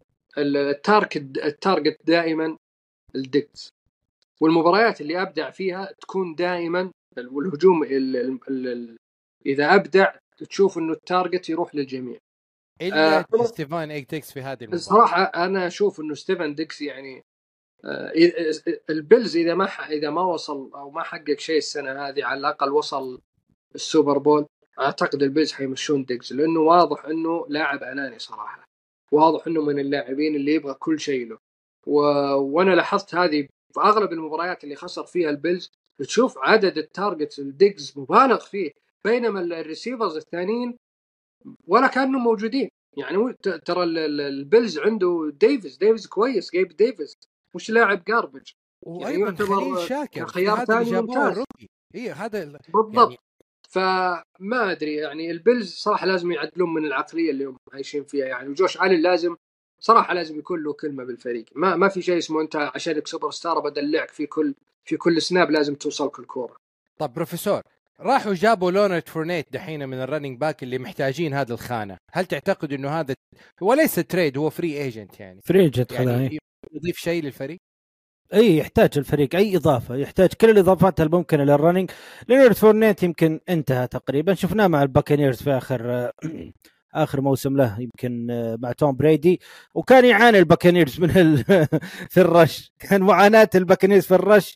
التارجت دائما الدكس، والمباريات اللي أبدع فيها تكون دائما والهجوم إذا أبدع تشوف إنه التارجت يروح للجميع إلا ستيفان إيكتكس في هذه المباراة. صراحة أنا أشوف إنه ستيفان ديكس يعني البيلز إذا ما وصل أو ما حقق شيء السنة هذه، على الأقل وصل السوبر بول، أعتقد البيلز حيمشون ديكس، لأنه واضح إنه لاعب أناني صراحة، واضح إنه من اللاعبين اللي يبغى كل شيء له. وأنا لاحظت هذه في أغلب المباريات اللي خسر فيها البيلز، تشوف عدد التارجتس الديكس مبالغ فيه، بينما الريسيفرز الثانيين ولا كانوا موجودين. يعني ترى البيلز عنده ديفيز كويس، جايب ديفيز مش لاعب جاربج، يعني يعتبر شاكر خيار ثاني ممتاز. هذا بالضبط يعني. فما ادري يعني البيلز صراحه لازم يعدلون من العقليه اللي هم عايشين فيها يعني. وجوش آلين لازم يكون له كلمه بالفريق. ما في شيء اسمه انت عشانك سوبر ستار بدلعك في كل سناب لازم توصلك الكوره. طب بروفيسور، راحوا جابوا لونارد فورنيت دحين من الرننج باك اللي محتاجين هذا الخانه، هل تعتقد انه هذا وليس تريد، هو فري ايجنت يعني فري ايجنت يعني يضيف شيء للفريق؟ اي يحتاج الفريق اي اضافه، يحتاج كل الاضافات الممكنه للرننج. لونارد فورنيت يمكن انتهى تقريبا، شفناه مع الباكنيرز في اخر موسم له يمكن مع توم بريدي، وكان يعاني الباكنيرز من في الرش، كان معاناه الباكنيرز في الرش.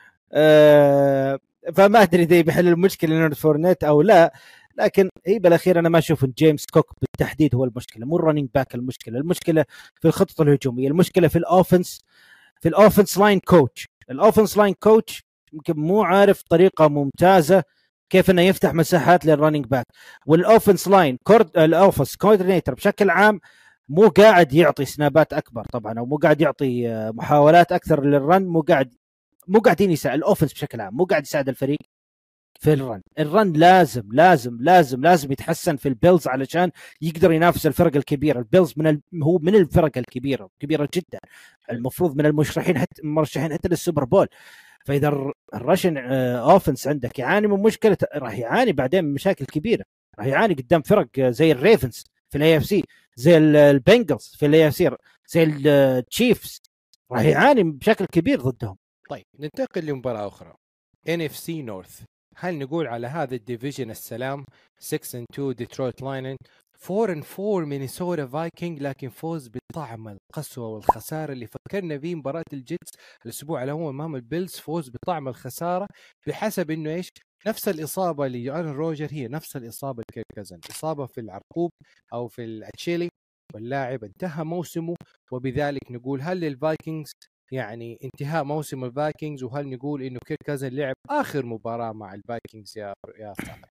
فما ادري اذا بيحل المشكله لونارد فورنيت او لا، لكن هي بالاخير انا ما اشوف ان جيمس كوك بالتحديد هو المشكله، مو الرننج باك المشكله في الخطه الهجوميه، المشكله في الاوفنس لاين كوتش. الاوفنس لاين كوتش يمكن مو عارف طريقه ممتازه كيف انه يفتح مساحات للرننج باك، والاوفنس لاين الاوفنس كوردينيتور بشكل عام مو قاعد يعطي سنابات اكبر طبعا، او مو قاعد يعطي محاولات اكثر للرن، مو قاعدين يساعد الاوفنس بشكل عام، مو قاعد يساعد الفريق في الرن لازم لازم لازم لازم يتحسن في البيلز علشان يقدر ينافس الفرق الكبيره. البيلز هو من الفرق الكبيره جدا، المفروض من المرشحين حتى للسوبر بول. فاذا الرشن اوفنس عندك يعاني من مشكله، راح يعاني بعدين من مشاكل كبيره، راح يعاني قدام فرق زي الريفنز في الاي اف سي، زي البنجلز في الاي اف سي، زي التشيفز، راح يعاني بشكل كبير ضدهم. طيب ننتقل لمباراه اخرى، NFC نورث. هل نقول على هذا الديفيجن السلام 6-2 ديترويت لاينن، 4-4 مينيسوتا فايكنج، لكن فوز بطعم القسوة والخسارة اللي فكرنا فيه مباراة الجيتس الأسبوع اللي هو أمام البيلز، فوز بطعم الخسارة بحسب إنه إيش نفس الإصابة لآرون روجر هي نفس الإصابة لكيرك كازن، إصابة في العرقوب أو في الأتشيلي، واللاعب انتهى موسمه، وبذلك نقول هل للفايكنجز يعني انتهاء موسم الفايكنجز، وهل نقول انه كيرك كازن لعب اخر مباراه مع الفايكنجز يا صالح؟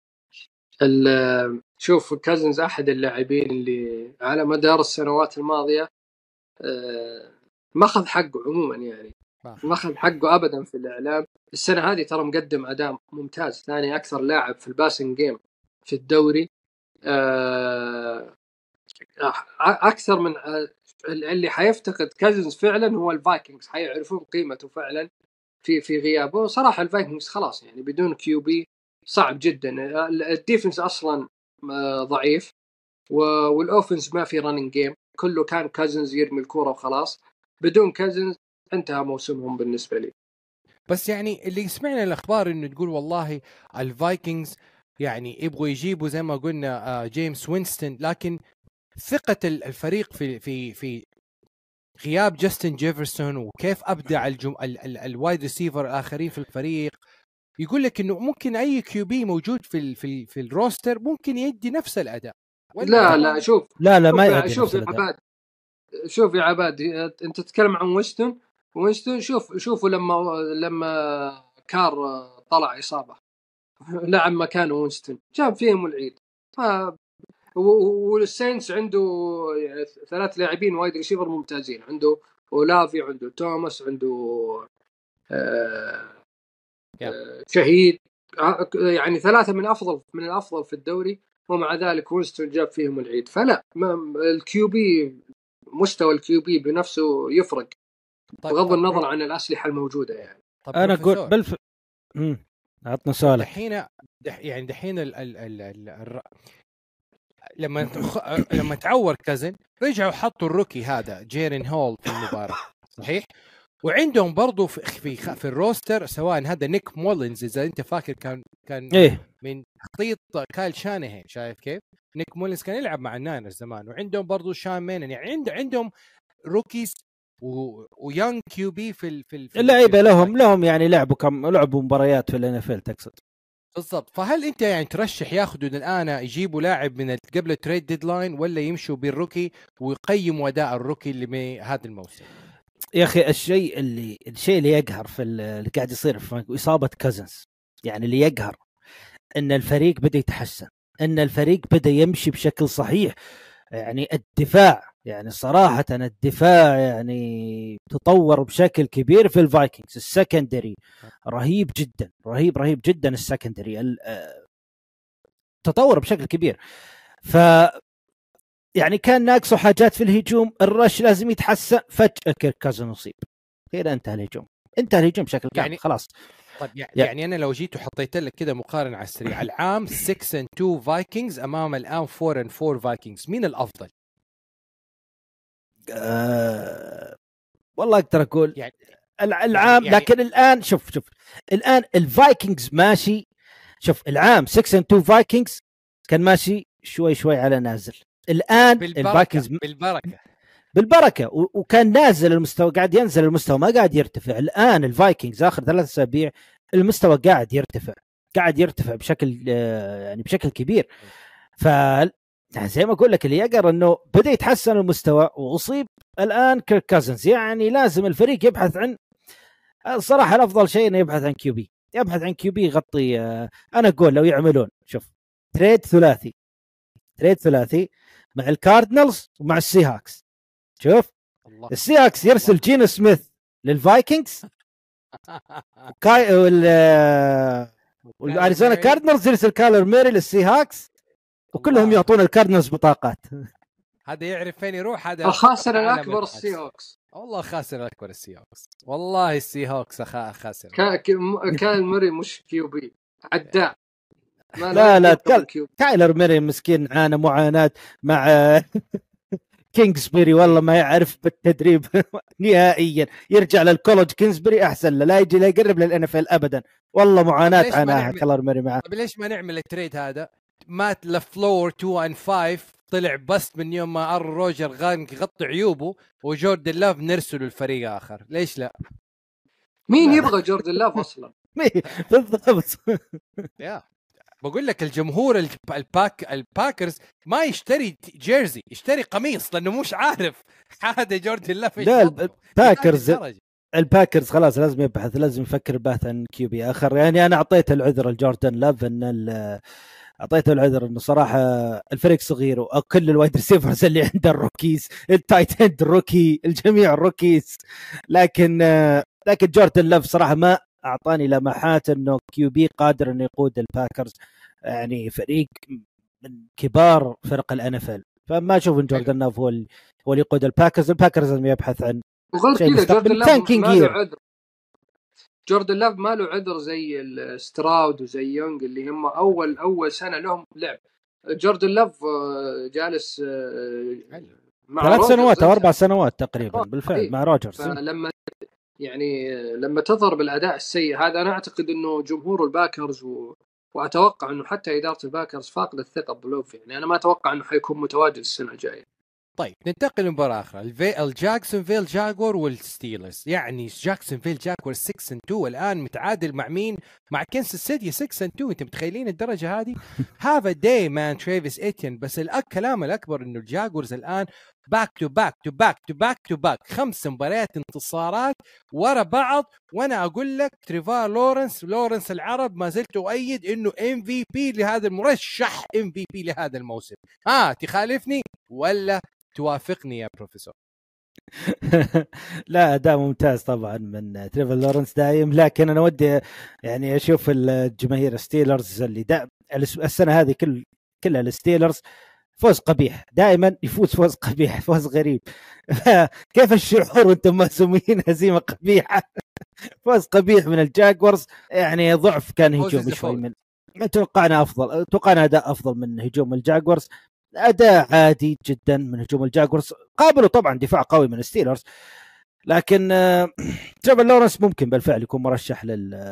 شوف كازنز احد اللاعبين اللي على مدار السنوات الماضيه ما اخذ حقه عموما، يعني ما اخذ حقه ابدا في الاعلام. السنه هذه ترى مقدم اداء ممتاز، ثاني اكثر لاعب في الباسنج جيم في الدوري، اكثر من اللي حيفتقد كازنز فعلا هو الفايكنجز، حيعرفون قيمته فعلا في غيابه. صراحه الفايكنجز خلاص يعني بدون كيو بي صعب جدا. الديفنس اصلا ضعيف، والاوفنس ما في رننج جيم، كله كان كازنز يرمي الكوره وخلاص. بدون كازنز انتهى موسمهم بالنسبه لي. بس يعني اللي سمعنا الاخبار انه تقول والله الفايكنجز يعني يبغوا يجيبوا زي ما قلنا جيمس وينستون، لكن ثقة الفريق في غياب جاستن جيفرسون وكيف ابدع الوايد ريسيفر الاخرين في الفريق، يقول لك انه ممكن اي كيو بي موجود في الروستر ممكن يدي نفس الاداء. لا شوف، لا ما يدي شوف يا عباد، شوف يا عباد، انت تتكلم عن وينستون. شوفوا لما كار طلع اصابه لعب مكانه وينستون، جاب فيهم العيد. والساينس عنده يعني 3 لاعبين وايد ريسيفر ممتازين، عنده اولافي، عنده توماس، عنده شهيد، يعني 3 من الافضل في الدوري، ومع ذلك وينستون جاب فيهم العيد. فلا الكيوبي، مستوى الكيوبي بنفسه يفرق بغض النظر عن الاسلحه الموجوده. يعني انا اقول عطنا سؤالك. دحين لما تعور كازن رجعوا حطوا الروكي هذا جيرين هول في المباراة، صحيح؟ وعندهم برضو في الروستر سواء هذا نيك مولينز، اذا انت فاكر كان من خطيط كايل شانهين، شايف كيف؟ نيك مولينز كان يلعب مع الناينرز زمان، وعندهم برضو شان مينن، يعني عندهم روكيز ويانج كيو بي في اللعيبه لهم يعني لعبوا مباريات في الNFL تقصد. بالضبط. فهل انت يعني ترشح ياخذوا الان يجيبوا لاعب من قبل التريد ديدلاين، ولا يمشوا بالروكي ويقيموا اداء الروكي اللي هذا الموسم؟ يا اخي الشيء اللي يقهر في اللي قاعد يصير في اصابه كازنز، يعني اللي يقهر ان الفريق بدا يتحسن، ان الفريق بدا يمشي بشكل صحيح. يعني الدفاع، يعني صراحه الدفاع يعني تطور بشكل كبير في الفايكنجز. السكندري رهيب جدا، رهيب جدا. السكندري تطور بشكل كبير. ف يعني كان ناقصه حاجات في الهجوم، الرش لازم يتحسن. فجأة كيرك كازن نصيب، كذا انتهى الهجوم بشكل كامل، يعني خلاص. طيب يعني انا لو جيت وحطيت لك كده مقارنه على السريع، العام 6-2 فايكنجز امام الان 4-4 فايكنجز، مين الافضل؟ والله اقدر اقول يعني العام يعني لكن الان شوف الان الفايكنجز ماشي. شوف العام 6-2 فايكنجز كان ماشي شوي على نازل. الان الفايكنجز بالبركه وكان نازل المستوى، قاعد ينزل المستوى، ما قاعد يرتفع. الان الفايكنجز اخر 3 أسابيع المستوى قاعد يرتفع بشكل يعني بشكل كبير. ف زي ما اقول لك اللي يقر انه بدا يتحسن المستوى واصيب الان كيرك كازنز. يعني لازم الفريق يبحث عن، الصراحه الافضل شيء انه يبحث عن كيوبي، يغطي. انا اقول لو يعملون شوف تريد ثلاثي مع الكاردينالز ومع السي هاكس. شوف السي هاكس يرسل جين سميث للفايكنجز والاريزونا كاردينالز يرسل كالر ميري للسي هاكس، وكلهم يعطون الكاردينالز بطاقات. هذا يعرف فين يروح. هذا الخاسر الاكبر السي هوكس، والله خاسر الاكبر السي هوكس، والله السي هوكس خاسر. كان ميري مش كيوبي عداء. لا تايلر ميري مسكين عانى معاناة مع كينغسبري، والله ما يعرف بالتدريب نهائيا. يرجع للكولج كينغسبري احسن له، لا يجي لا يقرب للNFL ابدا. والله معاناة عاناها تايلر ميري معه. طيب ليش ما نعمل التريد هذا؟ مات لفلور 2-5 طلع بس من يوم ما روجر غانك يغطي عيوبه، وجوردن لاف نرسله الفريق اخر. ليش لا؟ مين يبغى جوردن لاف اصلا؟ بالضبط. بقول لك الجمهور الباكرز ما يشتري جيرزي، يشتري قميص لانه مش عارف هذا جوردن لاف. لا الباكرز خلاص لازم يبحث، لازم يفكر بحث عن QB اخر. يعني انا اعطيت العذر لجوردن لاف ان اعطيته العذر انه صراحه الفريق صغير وكل الوايد ريسيفرز اللي عنده الروكيز، التايت اند روكي، الجميع الروكيز. لكن جوردن لاف صراحه ما اعطاني لمحات انه QB قادر انه يقود الباكرز، يعني فريق من كبار فرق الNFL. فما اشوف ان جوردن لاف هو اللي يقود الباكرز لازم يبحث عن وغير كذا جوردن لاف ما له عذر. جوردن لاف ما له عذر زي الستراود وزي يونغ اللي هم اول سنه لهم لعب. جوردن لاف جالس مع 3 سنوات او 4 سنوات تقريبا بالفعل مع روجرز. لما تظهر بالاداء السيء هذا، انا اعتقد انه جمهور الباكرز واتوقع انه حتى اداره الباكرز فاقده الثقه بلوف. يعني انا ما اتوقع انه حيكون متواجد السنه الجايه. طيب ننتقل لمباراة أخرى، الجاكسونفيل جاكور والستيلرز. يعني جاكسونفيل جاكور 6-2 الآن متعادل مع مين؟ مع كنساس سيتي 6-2. أنتم متخيلين الدرجة هذه؟ have a day man ترافيس إتيان. بس الكلام الأكبر إنه الجاكورز الآن back 5 مباريات انتصارات ورا بعض. وأنا أقول لك تريفار لورنس العرب ما زلت أؤيد إنه MVP لهذا المرشح MVP لهذا الموسم. تخالفني ولا توافقني يا بروفيسور؟ لا أداء ممتاز طبعا من تريفر لورنس دايم. لكن أنا ودي يعني أشوف الجماهير ستيلرز اللي السنة هذه كلها الستيلرز فوز قبيح، دائما يفوز فوز قبيح، فوز غريب. كيف الشعور وانتم مهزومين هزيمة قبيحة؟ فوز قبيح من الجاكورز، يعني ضعف كان هجوم شوي من توقعنا أداء أفضل من هجوم الجاكورز. أداء عادي جدا من هجوم الجاكورز، قابلوا طبعا دفاع قوي من الستيلرز. لكن تريفر لورنس ممكن بالفعل يكون مرشح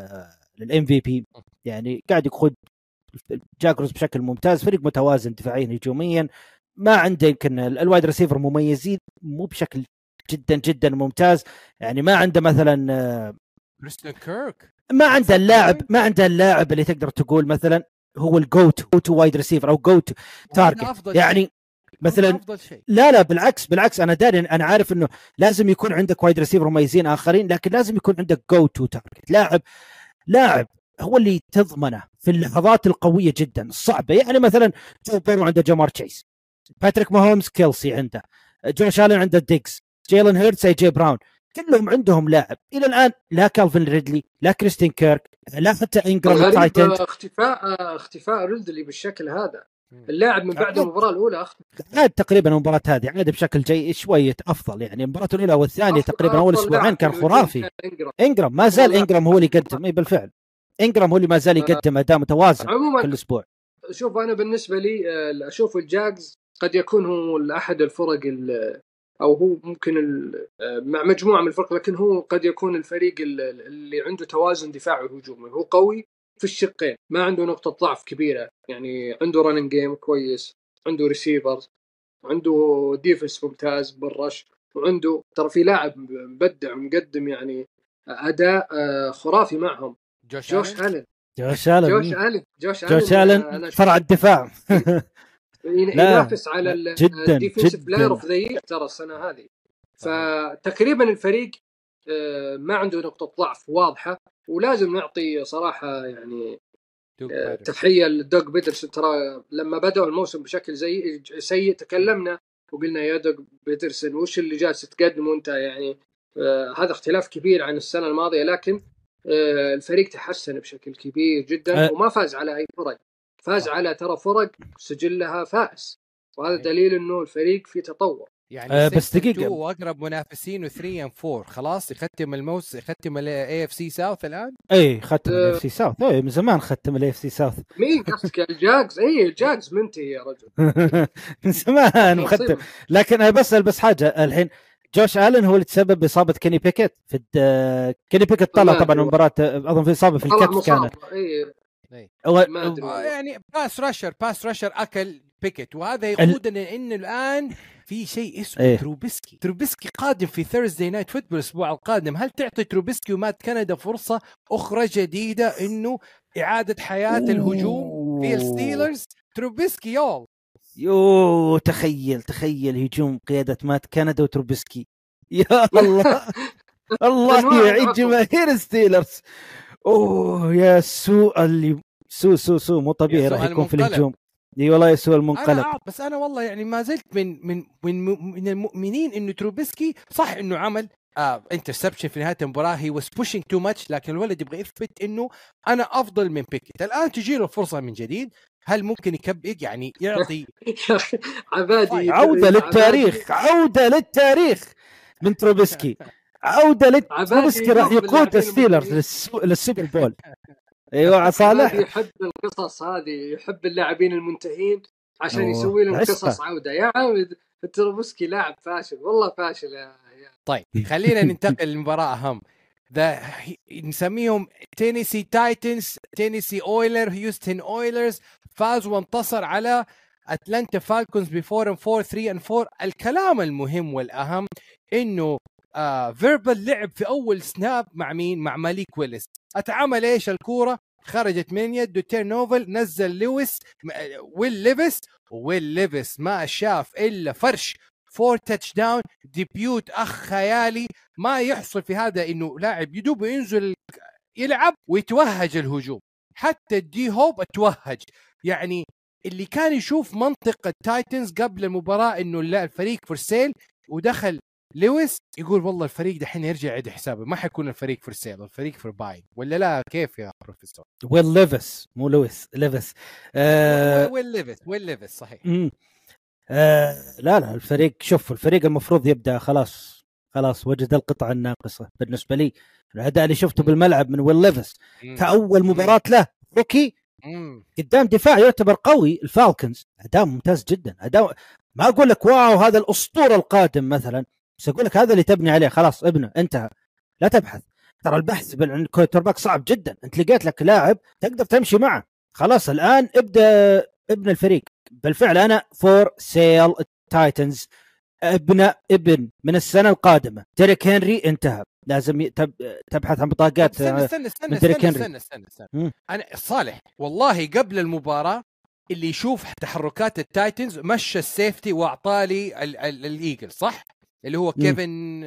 للMVP. يعني قاعد يقود الجاكورز بشكل ممتاز، فريق متوازن دفاعيا هجوميا، ما عنده يمكن الوايد ريسيفر مميزين مو بشكل جدا جدا ممتاز. يعني ما عنده مثلا كريستيان كيرك، ما عنده اللاعب اللي تقدر تقول مثلا هو الجو تو وايد ريسيفر او جو تو تارجت. يعني مثلا لا بالعكس انا داري، انا عارف انه لازم يكون عندك وايد ريسيفر مميزين اخرين، لكن لازم يكون عندك جو تو تارجت، لاعب هو اللي تضمنه في اللحظات القويه جدا الصعبه. يعني مثلا جو بيرو عنده جامار تشيس، باتريك ماهومز كيلسي عنده، جوش آلن عنده ديكس، جيلن هيرتس، جي براون، كلهم عندهم لاعب. الى الان لا كالفين ريدلي، لا كريستين كيرك، لا حتى انجرام تايتن. اختفاء ريدلي بالشكل هذا، اللاعب من بعد المباراه الاولى عاد تقريبا المباراه هذه عاد بشكل جيد شويه افضل. يعني المباراه الاولى والثانيه تقريبا اول اسبوعين كان خرافي. انجرام ما زال انجرام هو اللي يقدم، بالفعل انجرام هو اللي ما زال يقدم اداء متوازن كل اسبوع. شوف انا بالنسبه لي اشوف الجاكس قد يكون هو احد الفرق او هو ممكن مع مجموعه من الفرق، لكن هو قد يكون الفريق اللي عنده توازن دفاعي وهجومي. هو قوي في الشقين، ما عنده نقطه ضعف كبيره. يعني عنده رانينج جيم كويس، عنده ريسيفرز، عنده ديفنس ممتاز بالرش، وعنده ترى في لاعب مبدع ومقدم يعني اداء خرافي معهم، جوش آلن فرع الدفاع. ينافس على الديفنسيف بلاير اوف ذا يير ترى السنه هذه. فتقريبا الفريق ما عنده نقطه ضعف واضحه، ولازم نعطي صراحه يعني تحيه لدوغ بيترسون. ترى لما بدأوا الموسم بشكل سيء تكلمنا وقلنا يا دوغ بيترسون وش اللي جالس تقدم وانت يعني هذا اختلاف كبير عن السنه الماضيه. لكن الفريق تحسن بشكل كبير جدا وما فاز على اي فرق، فاز على ترى فرق سجلها فائز، وهذا دليل انه الفريق في تطور. يعني بس دقيقه، واقرب منافسين 3-4 خلاص يختم الموسم، يختم الاي اف سي ساوث الان. ختم الاي اف سي ساوث من زمان، ختم الاي اف سي ساوث. مين قصدك الجاكس؟ الجاكس منتهي يا رجل. من زمان مختم. لكن بس حاجه الحين، جوش آلن هو اللي تسبب بإصابة كيني بيكيت في كيني بيكيت طلع طبعا المباراة، أظن في إصابة في الكتف كانت. يعني باس راشر أكل بيكيت، وهذا يقودنا إنه الآن في شيء اسمه تروبيسكي قادم في ثيرزداي نايت فوتبول الأسبوع القادم. هل تعطي تروبيسكي ومات كندا فرصة أخرى جديدة إنه إعادة حياة الهجوم؟ في الستيلرز تروبيسكي يول. يو تخيل هجوم قيادة مات كندا وتروبيسكي. يا الله الله يعيد جماهير الستيلرز. اوه يا سوء اللي سوء مو طبيعي راح يكون في الهجوم. اي والله يسوء المنقلب. بس انا والله يعني ما زلت من المؤمنين انه تروبيسكي صح انه عمل انترسبشن في نهايه المباراه، هي واز بوشينج تو ماتش، لكن الولد يبغى يثبت انه انا افضل من بيكيت. الان تجي له فرصه من جديد، هل ممكن يكبر يعني يعطي عبادي عوده للتاريخ من تروبيسكي. تروبيسكي راح يقود الستيلرز للسوبر بول. ايوه صالح يحب القصص هذه، يحب اللاعبين المنتهين عشان يسوي لهم قصص عوده. يا عمد تروبيسكي لاعب فاشل، والله فاشل يا طيب خلينا ننتقل لمباراه اهم، نسميهم تينيسي تايتنز، تينيسي اويلر، هيوستن اويلرز. فاز وانتصر على اتلانتا فالكونز ب 4-4 3-4. الكلام المهم والاهم انه فيربل لعب في اول سناب مع مين؟ مع ماليك ويلس. اتعمل ايش؟ الكوره خرجت من يده تيرنوفل، نزل لويس ويل ليفيس ما شاف الا فرش 4 تاتش داون ديبيوت. خيالي ما يحصل في هذا انه لاعب يدوب ينزل يلعب ويتوهج الهجوم. حتى الدي هوب اتوهج. يعني اللي كان يشوف منطقة تايتنز قبل المباراة انه الفريق فور سيل، ودخل لويس يقول والله الفريق دحين يرجع يعيد حسابه، ما حيكون الفريق فور سيل، الفريق فور باين. ولا لا كيف يا بروفيسور؟ ويل ليفيس مو لويس، ليفيس. ويل ليفيس صحيح. لا الفريق، شوف الفريق المفروض يبدأ خلاص وجد القطعة الناقصة بالنسبة لي. الأداء اللي شفته بالملعب من ويل ليفيس كأول مباراة له روكي قدام دفاع يعتبر قوي الفالكنز، أداء ممتاز جدا. أداء ما أقول لك واو هذا الأسطورة القادم مثلا، بس أقول لك هذا اللي تبني عليه. خلاص ابنه انتهى، لا تبحث. ترى البحث عن الكوترباك صعب جدا، انت لقيت لك لاعب تقدر تمشي معه. خلاص الآن ابدأ ابن الفريق. بالفعل أنا فور سيل تايتنز، ابن من السنة القادمة. ديريك هنري انتهى، لازم تبحث عن بطاقات من ديريك هنري. استنى. أنا صالح والله قبل المباراة اللي يشوف تحركات التايتنز مشى السيفتي واعطالي الإيجل صح؟ اللي هو كيفن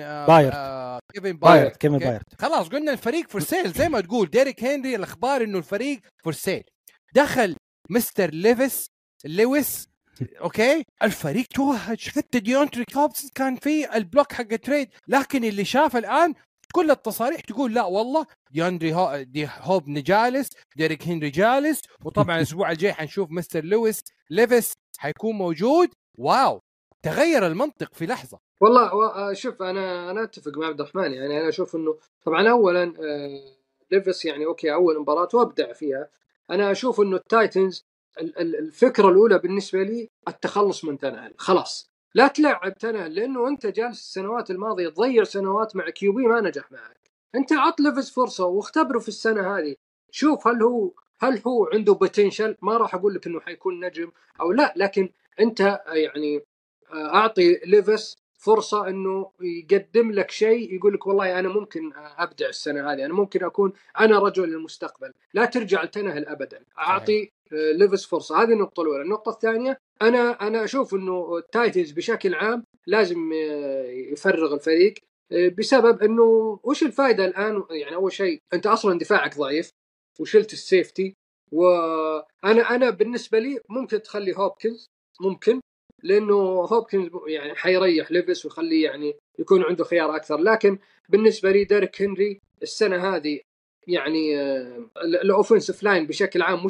بايرت. خلاص قلنا الفريق فور سيل زي ما تقول ديريك هنري. الأخبار إنه الفريق فور سيل. دخل مستر لويس اوكي، الفريق توهج. حتى ديونتري كوبس كان في البلوك حق التريد، لكن اللي شاف الان كل التصاريح تقول لا والله دي هوب نجالس، ديريك هنري جالس. وطبعا الاسبوع الجاي حنشوف مستر ليفيس حيكون موجود. واو، تغير المنطق في لحظه والله. شوف انا اتفق مع عبد الرحمن. يعني انا اشوف انه طبعا اولا ليفيس يعني اوكي اول مباراه وابدع فيها. انا اشوف انه التايتنز الفكرة الأولى بالنسبة لي التخلص من تنهل. خلاص لا تلعب تنهل، لأنه أنت جالس السنوات الماضية تضيع سنوات مع كيوبي ما نجح معك. أنت عط ليفيس فرصة واختبره في السنة هذه، شوف هل هو عنده بوتنشل. ما راح أقول لك إنه حيكون نجم أو لا، لكن أنت يعني أعطي ليفيس فرصة إنه يقدم لك شيء، يقول لك والله أنا ممكن أبدع السنة هذه، أنا ممكن أكون أنا رجل المستقبل. لا ترجع لتنهل أبدا، أعطي ليفيس فرصة. هذه النقطة الأولى. النقطة الثانية أنا أشوف إنه التايتنز بشكل عام لازم يفرغ الفريق، بسبب إنه وش الفائدة الآن؟ يعني أول شيء أنت أصلا دفاعك ضعيف وشلت السيفتي. وأنا بالنسبة لي ممكن تخلي هوبكنز، ممكن، لأنه هوبكنز يعني حيريح ليفيس ويخليه يعني يكون عنده خيار أكثر. لكن بالنسبة لي ديريك هنري السنة هذه يعني الأوفنسيف لاين بشكل عام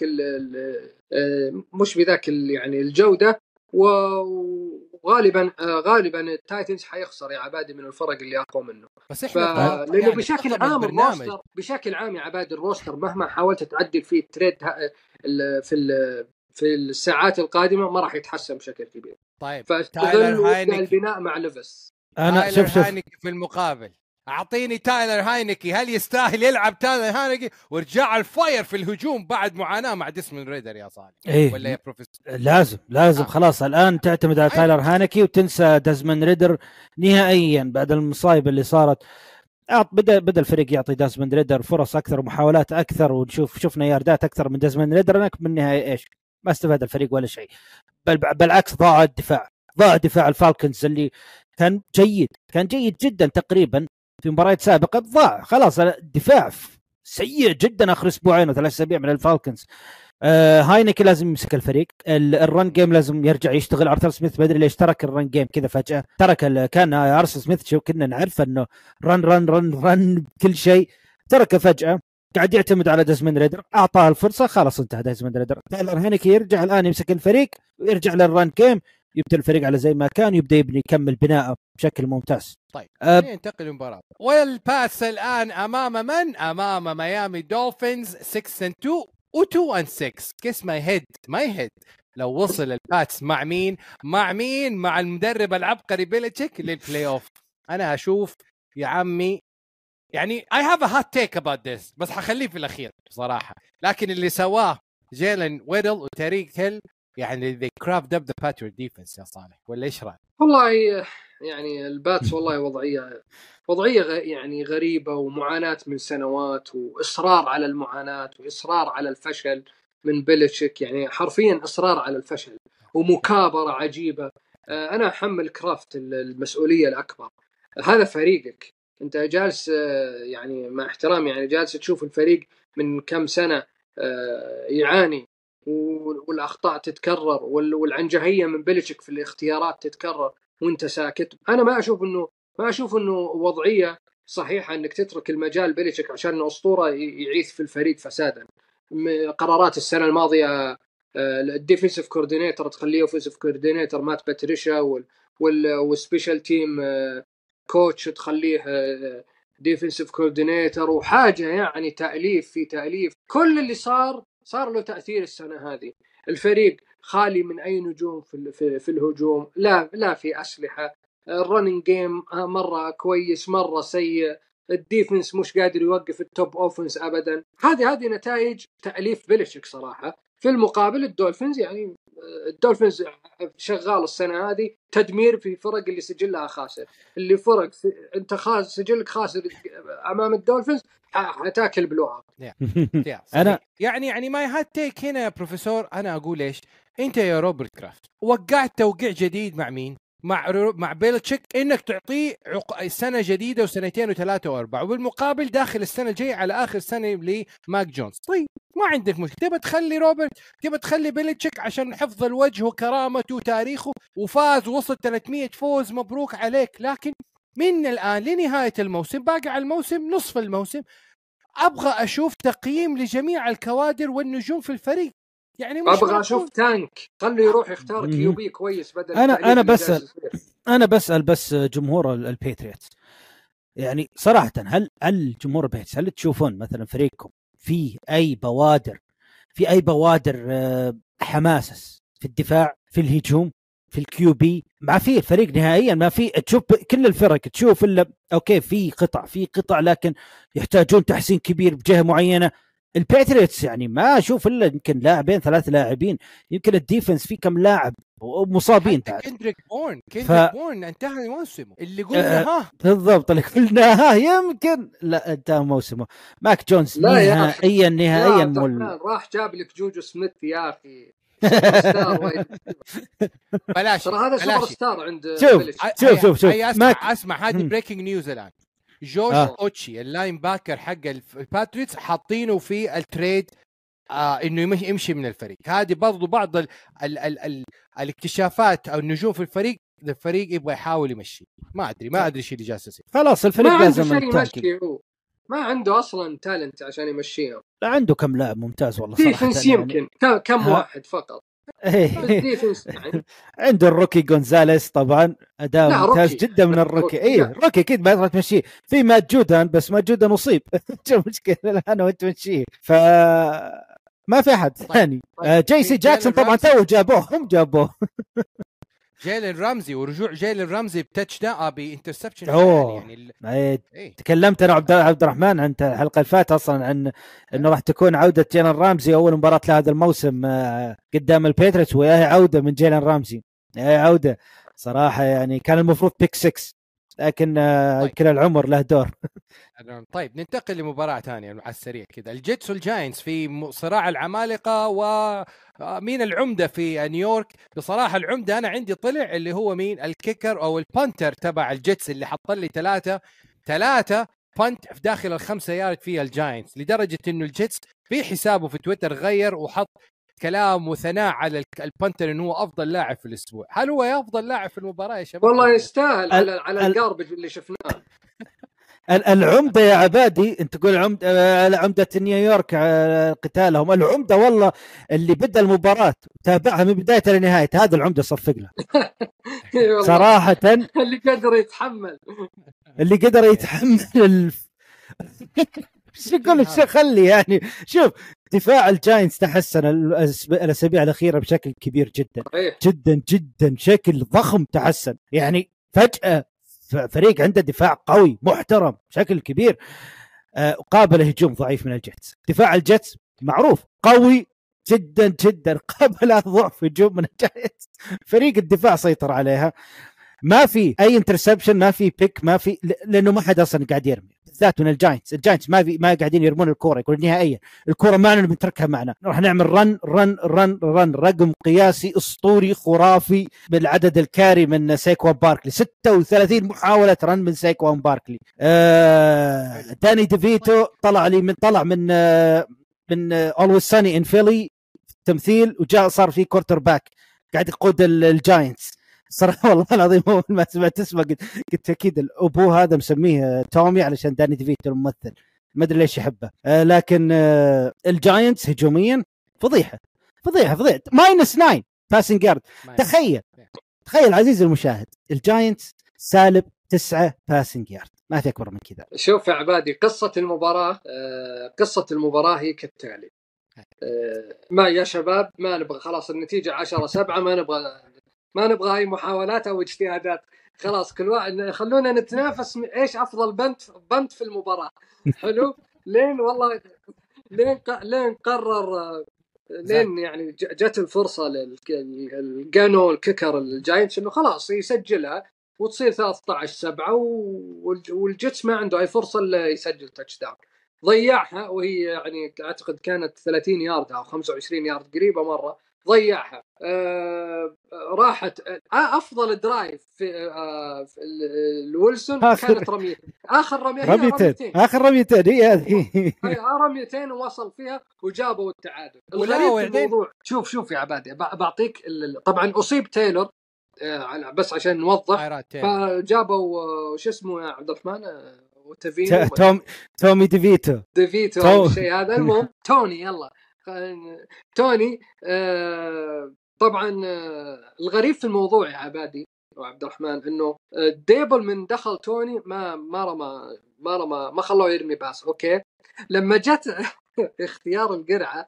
مش بذاك يعني الجودة. وغالبا التايتنز حيخسر يا عبادي من الفرق اللي أقوى منه. بس احنا لأنه يعني بشكل عام يا عبادي الروستر مهما حاولت تعدل فيه التريد في الساعات القادمة ما راح يتحسن بشكل كبير. طيب فاستغل البناء مع ليفيس. أنا شوف هاينكي في المقابل، أعطيني تايلر هاينكي. هل يستاهل يلعب تايلر هاينكي ورجع الفاير في الهجوم بعد معاناة مع ديسموند ريدر يا صالح؟ ولا يا بروفيسور؟ لازم خلاص الآن تعتمد على تايلر هاينكي وتنسى ديسموند ريدر نهائيا بعد المصايب اللي صارت. بدا الفريق يعطي دازموند ريدر فرص اكثر ومحاولات اكثر، شفنا ياردات اكثر من دازموند ريدر، لكن بالنهايه ايش؟ ما استفاد الفريق ولا شيء، بالعكس ضاع دفاع الفالكنز اللي كان جيد جدا تقريبا في مباريات سابقه، ضاع خلاص. الدفاع سيء جدا اخر اسبوعين وثلاث اسابيع من الفالكنز. هاينك لازم يمسك الفريق، الرن جيم لازم يرجع يشتغل. ارثر سميث ما ادري ليش ترك الرن جيم كذا فجاه، كان ارثر سميث شو كنا نعرف انه رن كل شيء، تركه فجاه، قاعد يعتمد على دازموند ريدر، اعطاه الفرصه خلاص انتهى دازموند ريدر. تايلر هينك يرجع الان يمسك الفريق ويرجع للرن جيم، يبدا الفريق على زي ما كان، يبدا يكمل بناءه بشكل ممتاز. طيب ننتقل للمباراه، والباس الان امام من؟ امام ميامي دولفينز 6-2 و2-6. كيس ماي هيد لو وصل الباتس مع مين مع المدرب العبقري بيليتشيك للبلاي اوف. انا اشوف يا عمي يعني I have a hot take about this، بس حخليه في الاخير بصراحه. لكن اللي سواه جيلن ويدل وتاريك هيل يعني they craft up the Patriot defense يا صالح، ولا ايش رايك؟ والله يعني الباتس والله وضعيه يعني غريبه، ومعاناه من سنوات، واصرار على المعاناه، واصرار على الفشل من بيليتشيك، يعني حرفيا اصرار على الفشل ومكابره عجيبه. انا احمل كرافت المسؤوليه الاكبر. هذا فريقك، انت جالس يعني مع احترامي يعني جالس تشوف الفريق من كم سنه يعاني، والاخطاء تتكرر، والعنجهيه من بيليتشيك في الاختيارات تتكرر وانت ساكت. انا ما اشوف انه وضعيه صحيحه انك تترك المجال بيليتشيك عشان اسطوره يعيث في الفريق فسادا. قرارات السنه الماضيه الديفنسيف كوردينيتور تخليه اوفنسيف كوردينيتور مات باتريشا، والسبيشال تيم كوتش تخليه ديفنسيف كوردينيتور، وحاجه يعني تأليف في تأليف. كل اللي صار له تأثير السنة هذه. الفريق خالي من أي نجوم في الهجوم، لا في أسلحة، الرننج جيم مرة كويس مرة سيء، الديفنس مش قادر يوقف التوب أوفنس أبدا. هذه نتائج تأليف بيليتشيك صراحة. في المقابل الدولفينز يعني الدولفينز شغال السنة هذه تدمير في فرق اللي سجلها خاسر. اللي فرق انت سجلك خاسر امام الدولفينز هتاكل بلوعه. انا يعني ماي هات تيك هنا يا بروفيسور. انا اقول ايش؟ انت يا روبرت كرافت وقعت توقيع جديد مع مين؟ مع بيلتشيك، انك تعطيه سنه جديده وسنتين وثلاثه واربعه، وبالمقابل داخل السنه الجايه على اخر سنه لماك جونز. طيب ما عندك مشكله، تبى تخلي روبرت، تبى تخلي بيلتشيك عشان حفظ الوجه وكرامته وتاريخه، وفاز ووصل 300 فوز، مبروك عليك. لكن من الان لنهايه الموسم، باقي على الموسم نصف الموسم، ابغى اشوف تقييم لجميع الكوادر والنجوم في الفريق. يعني مش ابغى اشوف تانك، خليه يروح يختار كيوبي كويس بدل. انا بسأل بس جمهور البيتريتس، يعني صراحة هل جمهور البيتريتس هل تشوفون مثلا فريقكم في اي بوادر حماسس في الدفاع، في الهجوم، في الكيوبي؟ ما في الفريق نهائيا، ما في. تشوف كل الفرق تشوف الا اوكي في قطع لكن يحتاجون تحسين كبير بجهة معينة. الباتريوتس يعني ما اشوف الا يمكن لاعبين 3 لاعبين، يمكن الديفنس في كم لاعب ومصابين. كندريك بورن انتهى موسمه اللي قلنا بالضبط اللي قلنا يمكن لا انتهى موسمه. ماك جونز نهائيا راح جاب لك جوجو سميث يا اخي. بلاش ترى هذا سوبر ستار عند شوف اسمع هذه بريكنج نيوز الان. جوش اوتشي اللاين باكر حق الباتريوتس حاطينه في التريد انه يمشي من الفريق. هذه برضو بعض الاكتشافات او النجوم في الفريق يبغى يحاول يمشي. ما ادري ايش اللي جالس يصير. خلاص الفريق لازم يمشي، ما عنده اصلا تالنت عشان يمشيهم. لا عنده كم لاعب ممتاز والله صراحه، ديفنس يمكن كم واحد فقط. عنده الروكي غونزاليس طبعا اداء ممتاز جدا من الروكي. روكي اكيد ما تقدر تمشيه. في مات جودان بس مات جودان اصيب شو مشكله الان وانت تمشيه، ف ما في احد ثاني. جي سي جاكسون طبعا تو جابوه جيلن رامزي، ورجوع جيلن رامزي بتاتش داون بانترسبشن. يعني تكلمت انا عبد الرحمن عن الحلقه الفاتت اصلا عن انه راح تكون عوده جيلن رامزي اول مباراه لهذا الموسم قدام البيتريتس، وياها عوده من جيلن رامزي، عوده صراحه يعني كان المفروض بيك 6 لكن طيب. يمكن العمر له دور. طيب ننتقل لمباراة ثانية على السريع كذا، الجيتس والجاينتس في صراع العمالقة، ومين العمدة في نيويورك؟ بصراحة العمدة أنا عندي طلع اللي هو مين، الكيكر أو البانتر تبع الجيتس اللي حط لي ثلاثة بانت في داخل ال5 يارد فيها الجاينتس، لدرجة إنه الجيتس في حسابه في تويتر غير وحط كلام وثناء على البانتر انه هو افضل لاعب في الاسبوع. هل هو افضل لاعب في المباراه يا شباب؟ والله يستاهل على الجاربج اللي شفناه. العمده يا عبادي، انت تقول عمده نيويورك قتالهم، العمده والله اللي بدا المباراه تابعها من بدايه لنهايه، هذا العمده صفق له صراحه. اللي قدر يتحمل ايش يقول الشيء، خلي يعني شوف دفاع الجاينتس تحسن الاسابيع الاخيره بشكل كبير جدا جدا جدا، شكل ضخم تحسن، يعني فجاه فريق عنده دفاع قوي محترم بشكل كبير، قابل هجوم ضعيف من الجيتس. دفاع الجيتس معروف قوي جدا جدا، قابل ضعف هجوم من الجاينتس. فريق الدفاع سيطر عليها، ما في اي انترسبشن، ما في بيك، ما في، لانه ما حد اصلا قاعد يرمي، بالذات من الجاينتس ما قاعدين يرمون الكوره، يقول نهائيا الكوره معنا بنتركها معنا، راح نعمل رن رقم قياسي اسطوري خرافي بالعدد الكاري من سايكوان باركلي، 36 محاوله رن من سايكوان باركلي. داني ديفيتو طلع من اولويز ساني ان فيلي تمثيل، وجاء صار في كورتر باك قاعد يقود الجاينتس. صراحه والله العظيم ما سمعت اسمه قلت اكيد الابو هذا مسميه تومي علشان داني ديفيتو الممثل، ما ادري ليش يحبه. لكن الجاينتس هجوميا فضيحه -9 باسنج يارد. تخيل عزيزي المشاهد، الجاينتس سالب 9 باسنج يارد، ما في اكبر من كذا. شوف يا عبادي، قصه المباراه هي كالتالي. ما يا شباب، ما نبغى خلاص النتيجه 10-7، ما نبغى اي محاولات او اجتهادات، خلاص كل واحد خلونا نتنافس ايش افضل بنت في المباراه. حلو، لين قرر، لين يعني جت الفرصه للجانو الكيكر الجاينتس انه خلاص يسجلها وتصير 13-7، والجيتس ما عنده اي فرصه الا يسجل تاتش داون. ضيعها وهي يعني اعتقد كانت 30 يارد او 25 يارد، قريبه مره، ضيعها. راحت افضل درايف في الويلسون كانت رميتين، اخر رميتين هي هذه رميتين ووصل فيها وجابوا التعادل. الغريب في الموضوع، شوف يا عبادي، بعطيك طبعا اصيب تايلور، بس عشان نوضح، فجابوا شو اسمه يا عبد الرحمن، تومي ديفيتو الشيء هذا، المهم توني، يلا توني. طبعا الغريب في الموضوع يا عبادي وعبد الرحمن انه ديبل من دخل توني ما خلوه يرمي باس. اوكي، لما جت اختيار القرعه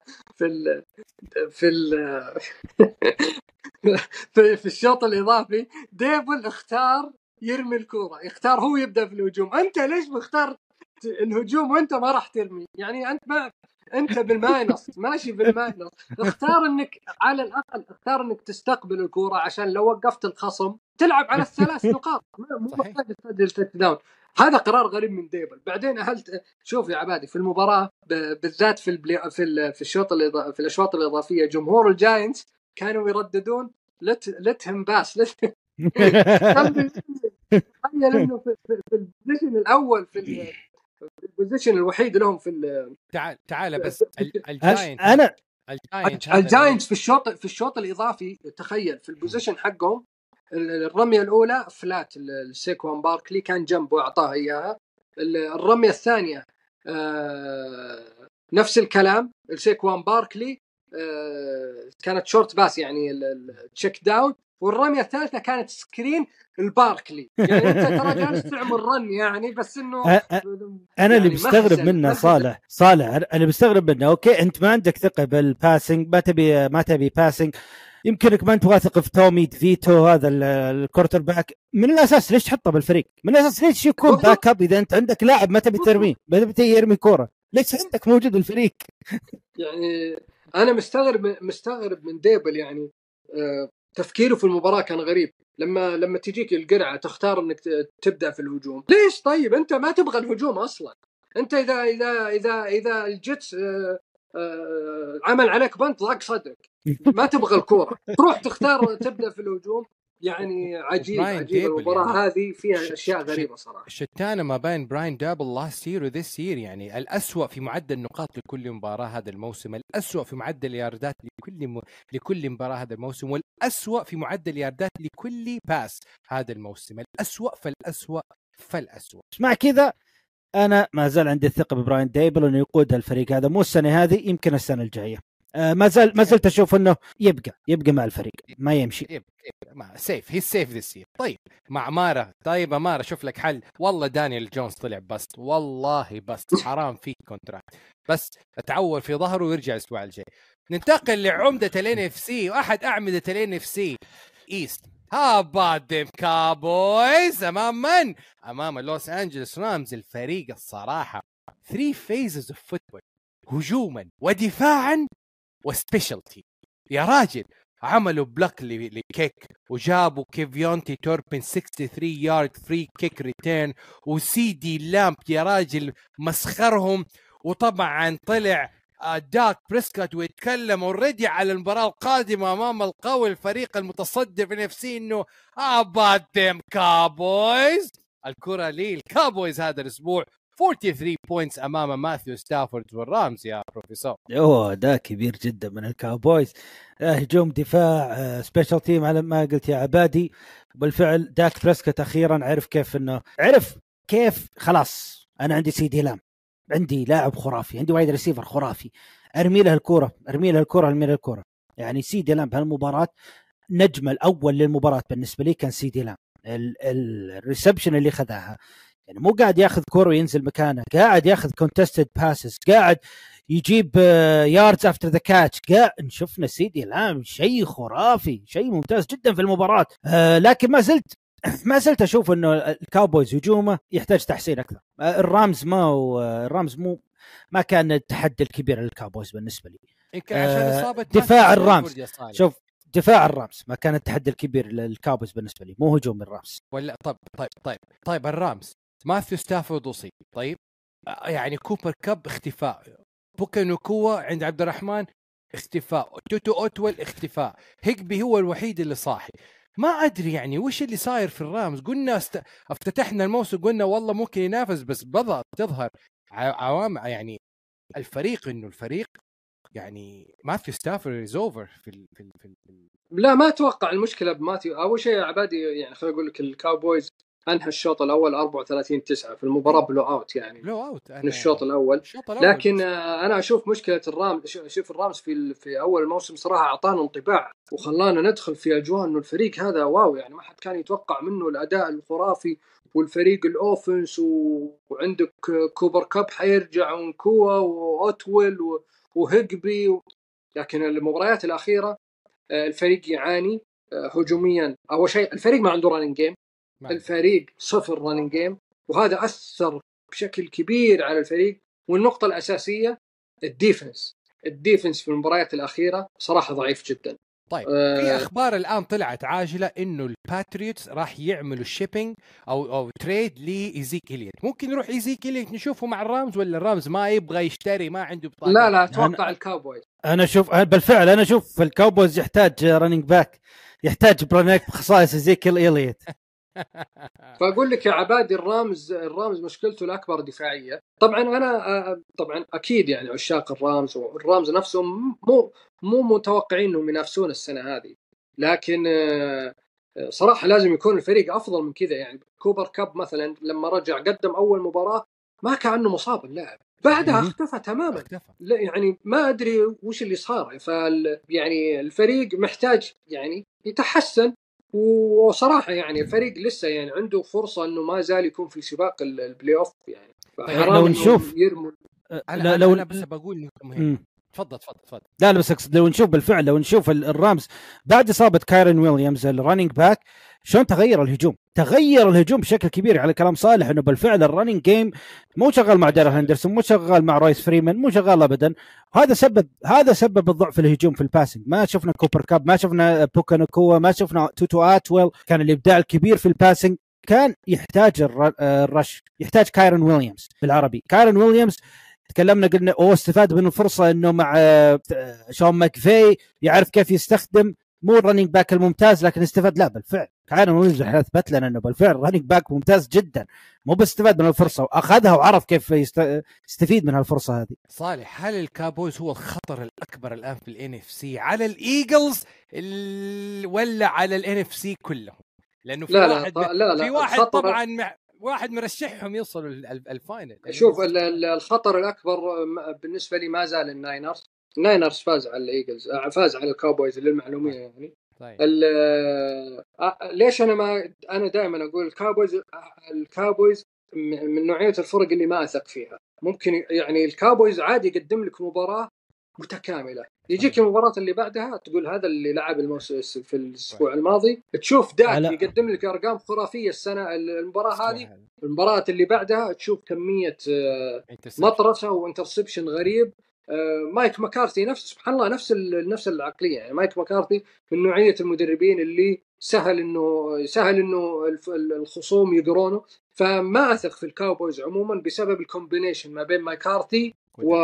في الشوط الاضافي، ديبل اختار يرمي الكوره، اختار هو يبدا في الهجوم. انت ليش مختار الهجوم وانت ما راح ترمي؟ يعني انت بالماينس، ماشي بالماينس، اختار انك على الاقل تستقبل الكوره عشان لو وقفت الخصم تلعب على ال3 نقاط، مو محتاج تسجل تاتش داون. هذا قرار غريب من ديبل. بعدين شوف يا عبادي، في المباراه بالذات في الاشواط الاضافيه، جمهور الجاينتس كانوا يرددون لتهم باس تخيل انه في البوزيشن الاول، في البوزيشن الوحيد لهم في تعال بس الجاينتس في الشوط الاضافي، تخيل في البوزيشن حقهم، الرميه الاولى فلات السيكوان باركلي كان جنبه واعطاها اياها، الرميه الثانيه نفس الكلام، السيكوان باركلي كانت شورت باس يعني التشيك داون، والرميه الثالثه كانت سكرين الباركلي. يعني انت ترى جالس تعمل رن يعني، بس انه انا اللي مستغرب منه صالح انا مستغرب منه. اوكي انت ما عندك ثقه بالباسنج، ما تبي باسنج، يمكنك ما انت واثق في تومي ديفيتو هذا الكورتر باك، من الاساس ليش تحطه بالفريق؟ من الاساس ليش يكون باك اب اذا انت عندك لاعب ما تبي ترميه، ما تبي يرمي كوره، ليش عندك موجود الفريق؟ يعني انا مستغرب من ديبل. يعني تفكيره في المباراة كان غريب. لما تجيك القرعة تختار انك تبدأ في الهجوم، ليش؟ طيب انت ما تبغى الهجوم اصلا. انت اذا الجيتس عمل عليك بنت ضاق صدرك، ما تبغى الكورة، تروح تختار تبدأ في الهجوم. يعني عجيب المباراة يعني هذه فيها اشياء غريبة صراحة. شتانة ما بين براين دابل لاست يير وذيس يير، يعني الأسوأ في معدل النقاط لكل مباراة هذا الموسم، الأسوأ في معدل الياردات لكل مباراة هذا الموسم، والأسوأ في معدل الياردات لكل باس هذا الموسم، الأسوأ فالأسوأ. مع كذا انا ما زال عندي الثقة ببراين ديبل انه يقود الفريق هذا، مو السنة هذه، يمكن السنة الجاية. ما زلت اشوف انه يبقى مع الفريق، ما يمشي. يبقى سيف، هي سيف ذس يير. طيب مع مارا، طيب مارا شوف لك حل. والله دانيال جونز طلع بست، والله بست، حرام فيك كونتراكت، بس اتعور في ظهره ويرجع الاسبوع الجاي. ننتقل لعمدة الNFC واحد اعمدة الNFC ايست. هابادم كابويز امام من؟ امام لوس انجلوس رامز. الفريق الصراحة 3 phases of football، هجوما ودفاعا وسبيشالتي. يا راجل عملوا بلوك لكيك، وجابوا كيفيونتي توربين 63 يارد فري كيك ريتيرن، وسي دي لامب يا راجل مسخرهم. وطبعا طلع داك بريسكوت ويتكلم اوريدي على المباراة القادمة امام القوي الفريق المتصدر في نفسي انه ابادم كابويز. الكرة لي الكابويز هذا الاسبوع 43 بوينتس امام ماثيو ستافورد والرامز يا بروفيسور. ده كبير جدا من الكاوبويز. هجوم دفاع سبيشال تيم على ما قلت يا عبادي. بالفعل داك بريسكوت اخيرا عرف كيف خلاص انا عندي سي دي لام، عندي لاعب خرافي، عندي وايد ريسيفر خرافي، ارمي له الكرة. يعني سي دي لام بهالمباراة نجم الاول للمباراة بالنسبة لي كان سي دي لام. الريسبشن اللي خذاها، يعني مو قاعد ياخذ كورة وينزل مكانه، قاعد ياخذ contested passes، قاعد يجيب yards after the catch. شفنا سيدي لام شيء خرافي، شيء ممتاز جدا في المباراة. لكن ما زلت اشوف انه الكاوبويز هجومه يحتاج تحسين اكثر. الرامز ما كان التحدي الكبير للكاوبويز بالنسبة لي. عشان إصابة دفاع الرامز، شوف دفاع الرامز ما كان التحدي الكبير للكاوبويز بالنسبة لي، مو هجوم الرامز. ولا طيب الرامز ماثيو ستافورد أصيب، طيب يعني كوبر كاب اختفاء، بوكانوكوا عند عبد الرحمن اختفاء، توتو أوتول اختفاء، هيجبي هو الوحيد اللي صاحي. ما أدري يعني وش اللي صاير في الرامز. قلنا افتتحنا الموسم قلنا والله ممكن ينافس، بس بدأت تظهر عوامل يعني الفريق انه الفريق يعني ماثيو ستافورد از اوفر في لا ما اتوقع المشكله بماثيو. اول شيء يا عبادي يعني خليني اقول لك الكاوبويز انهى الشوط الاول 34-9 في المباراه بلو اوت، يعني بلو اوت من الشوط الاول. لكن انا اشوف مشكله الرامز، شوف الرامز في اول الموسم صراحه اعطانا انطباع وخلانا ندخل في اجواء انه الفريق هذا واو، يعني ما حد كان يتوقع منه الاداء الخرافي والفريق الاوفنس، وعندك كوبر كاب حيرجع ونكوا واوتويل وهيجبي لكن المباريات الاخيره الفريق يعاني هجوميا. اول شيء الفريق ما عنده رانينج جيم، الفريق صفر رانينج جيم، وهذا اثر بشكل كبير على الفريق. والنقطه الاساسيه الديفنس في المباريات الاخيره صراحه ضعيف جدا. طيب في اخبار الان طلعت عاجله انه الباتريوتس راح يعملوا شيبينج او تريد لايزيك إليوت. ممكن نروح ايزيك إليوت نشوفه مع الرامز، ولا الرامز ما يبغى يشتري، ما عنده بطاقه؟ لا اتوقع الكاوبويز. انا اشوف الكاوبويز يحتاج رننج باك، يحتاج برانيك بخصائص ايزيكيل إليوت. فاقول لك يا عبادي الرامز مشكلته الاكبر دفاعيه. طبعا انا طبعا اكيد يعني عشاق الرامز نفسهم مو متوقعين انهم ينافسون السنه هذه، لكن صراحه لازم يكون الفريق افضل من كذا. يعني كوبر كاب مثلا لما رجع قدم اول مباراه ما كانه مصاب اللاعب، بعدها اختفى تماما. لا يعني ما ادري وش اللي صار. يعني الفريق محتاج يعني يتحسن، وصراحه يعني الفريق لسه يعني عنده فرصه انه ما زال يكون في سباق البلاي اوف. يعني لو نشوف انا بس بقول مهم. تفضل. لا بس اقصد لو نشوف بالفعل، لو نشوف الرامز بعد اصابه كايرن ويليامز الرننج باك، شلون تغير الهجوم بشكل كبير. على كلام صالح انه بالفعل الرننج جيم مو شغال مع داريل هندرسون، مو شغال مع رايس فريمان، مو شغال ابدا. هذا سبب الضعف في الهجوم في الباسنج. ما شفنا كوبر كاب، ما شفنا بوكانوكوا، ما شفنا توتو اتويل. كان الابداع الكبير في الباسنج كان يحتاج الرش، يحتاج كايرون ويليامز بالعربي. كايرون ويليامز تكلمنا قلنا استفاد من الفرصه انه مع شون ماكفي يعرف كيف يستخدم، مو الرننج باك الممتاز لكن استفاد. لا بالفعل كايرون ويليامز اثبت لنا انه بالفعل رننج باك ممتاز جدا، مو بس استفاد من الفرصه واخذها وعرف كيف يستفيد من هالفرصه هذه. صالح، هل الكابويز هو الخطر الاكبر الان في الان اف سي على الايجلز ولا على الان اف سي كلهم؟ لانه في واحد طبعا واحد مرشحهم يوصلوا الفاينل. شوف الخطر الاكبر بالنسبه لي ما زال الناينرز فاز على الايجلز، فاز على الكاوبويز للمعلوميه يعني. طيب. ليش انا دائما اقول الكاوبويز من نوعيه الفرق اللي ما اثق فيها. ممكن يعني الكاوبويز عادي يقدم لك مباراه متكامله، يجيك المباراه اللي بعدها تقول هذا اللي لعب الموسم في الاسبوع الماضي، تشوف داك يقدم لك ارقام خرافيه السنه المباراه هذه، المباراه اللي بعدها تشوف كميه مطرشه وانترسبشن غريب. مايك مكارثي سبحان الله نفس العقليه يعني. مايك مكارثي من نوعيه المدربين اللي سهل انه الخصوم يقرونه. فما اثق في الكاوبويز عموما بسبب الكومبينيشن ما بين ماكارثي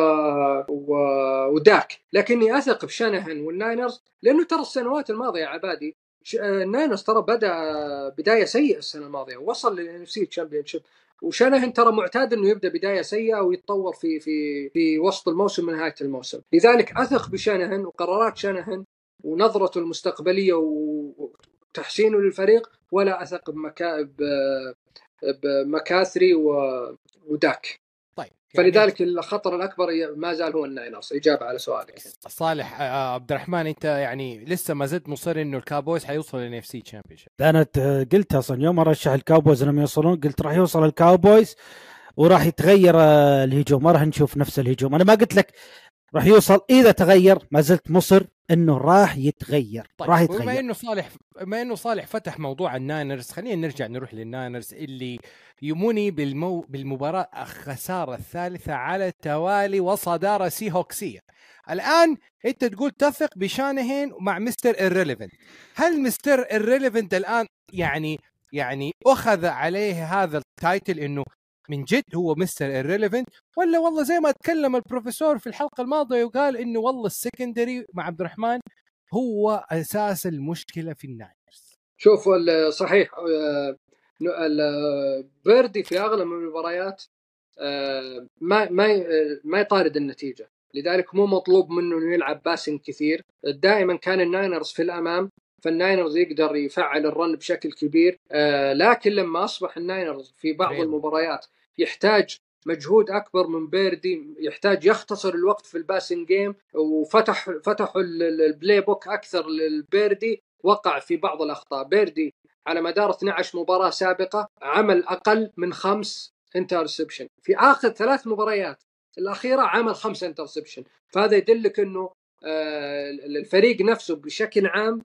وداك. لكني اثق بشانهن والناينرز، لانه ترى السنوات الماضيه يا عبادي الناينرز ترى بدايه سيئه السنه الماضيه، وصل للان سي تشامبيونشيب. وشانهن ترى معتاد انه يبدا بدايه سيئه ويتطور في وسط الموسم من نهايه الموسم. لذلك اثق بشانهن وقرارات شانهن ونظرته المستقبليه وتحسينه للفريق، ولا اثق بمكاثري وداك. طيب فلذلك الخطر الأكبر ما زال هو الناينرز. إجابة على سؤالك صالح. عبد الرحمن، أنت يعني لسه ما زلت مصر إنه الكاوبويز حيوصل للان اف سي تشامبيونشيب؟ أنا قلت أصلا يوم أرشح الكاوبويز إنهم يوصلون، قلت راح يوصل الكاوبويز وراح يتغير الهجوم، ما راح نشوف نفس الهجوم. أنا ما قلت لك راح يوصل، إذا تغير ما زلت مصر إنه راح يتغير. طيب راح يتغير. بما إنه صالح فتح موضوع الناينرز، خلينا نرجع نروح للناينرز اللي يموني بالمباراة الخسارة الثالثة على التوالي وصدارة سي هوكسية. الآن أنت تقول تثق بشانهين مع مستر إرريليفنت. هل مستر إرريليفنت الآن يعني أخذ عليه هذا التايتل إنه من جد هو مستر إرريليفنت، ولا والله زي ما اتكلم البروفيسور في الحلقة الماضية وقال إنه والله السكندري مع عبد الرحمن هو أساس المشكلة في الناينرز؟ شوف صحيح بيردي في أغلب المباريات ما يطارد النتيجة، لذلك مو مطلوب منه إنه يلعب باسنج كثير. دائما كان الناينرز في الأمام، فالناينرز يقدر يفعل الرن بشكل كبير. لكن لما أصبح الناينرز في بعض المباريات يحتاج مجهود أكبر من بيردي، يحتاج يختصر الوقت في الباسنج جيم، وفتحوا البلاي بوك أكثر للبيردي، وقع في بعض الأخطاء. بيردي على مدار 12 مباراة سابقة عمل أقل من 5 انترسبشن، في آخر 3 مباريات الأخيرة عمل 5 انترسبشن. فهذا يدلك أنه الفريق نفسه بشكل عام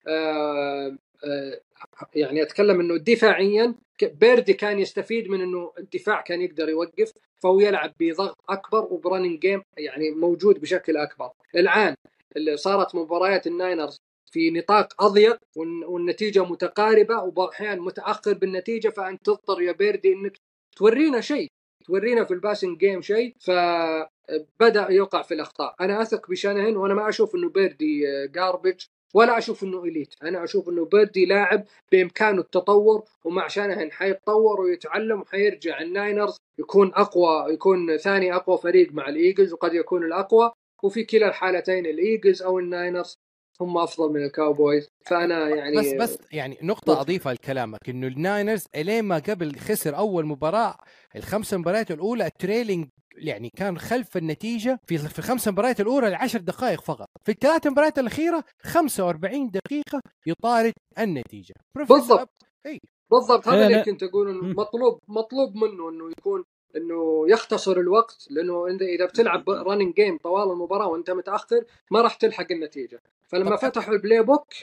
يعني أتكلم أنه دفاعيا بيردي كان يستفيد من أنه الدفاع كان يقدر يوقف، فهو يلعب بضغط أكبر وبرانينج جيم يعني موجود بشكل أكبر. الآن اللي صارت مباريات الناينرز في نطاق أضيق والنتيجة متقاربة وبأحيان متأخر بالنتيجة، فأنت تضطر يا بيردي أنك تورينا في الباسنج جيم شيء، فبدأ يوقع في الأخطاء. أنا أثق بشانهن، وأنا ما أشوف أنه بيردي جاربج ولا أشوف أنه إليت. أنا أشوف أنه بيردي لاعب بإمكانه التطور، ومع شانهن حيتطور ويتعلم وحيرجع الناينرز يكون أقوى، يكون ثاني أقوى فريق مع الإيجلز، وقد يكون الأقوى. وفي كلا الحالتين الإيجلز أو الناينرز هم أفضل من الكاوبويز. فأنا يعني بس يعني نقطة أضيفها لكلامك، إنه الناينرز إلين ما قبل خسر أول مباراة، ال5 مباريات الأولى التريلينج يعني كان خلف النتيجة في ال5 مباريات الأولى ل10 دقائق فقط، في ال3 مباريات الأخيرة 45 دقيقة يطارد النتيجة. بالضبط هذا اللي كنت أقول. مطلوب منه إنه يكون إنه يختصر الوقت، لأنه إذا بتلعب رانينج جيم طوال المباراة وأنت متأخر ما راح تلحق النتيجة. فلما فتحوا البلاي بوك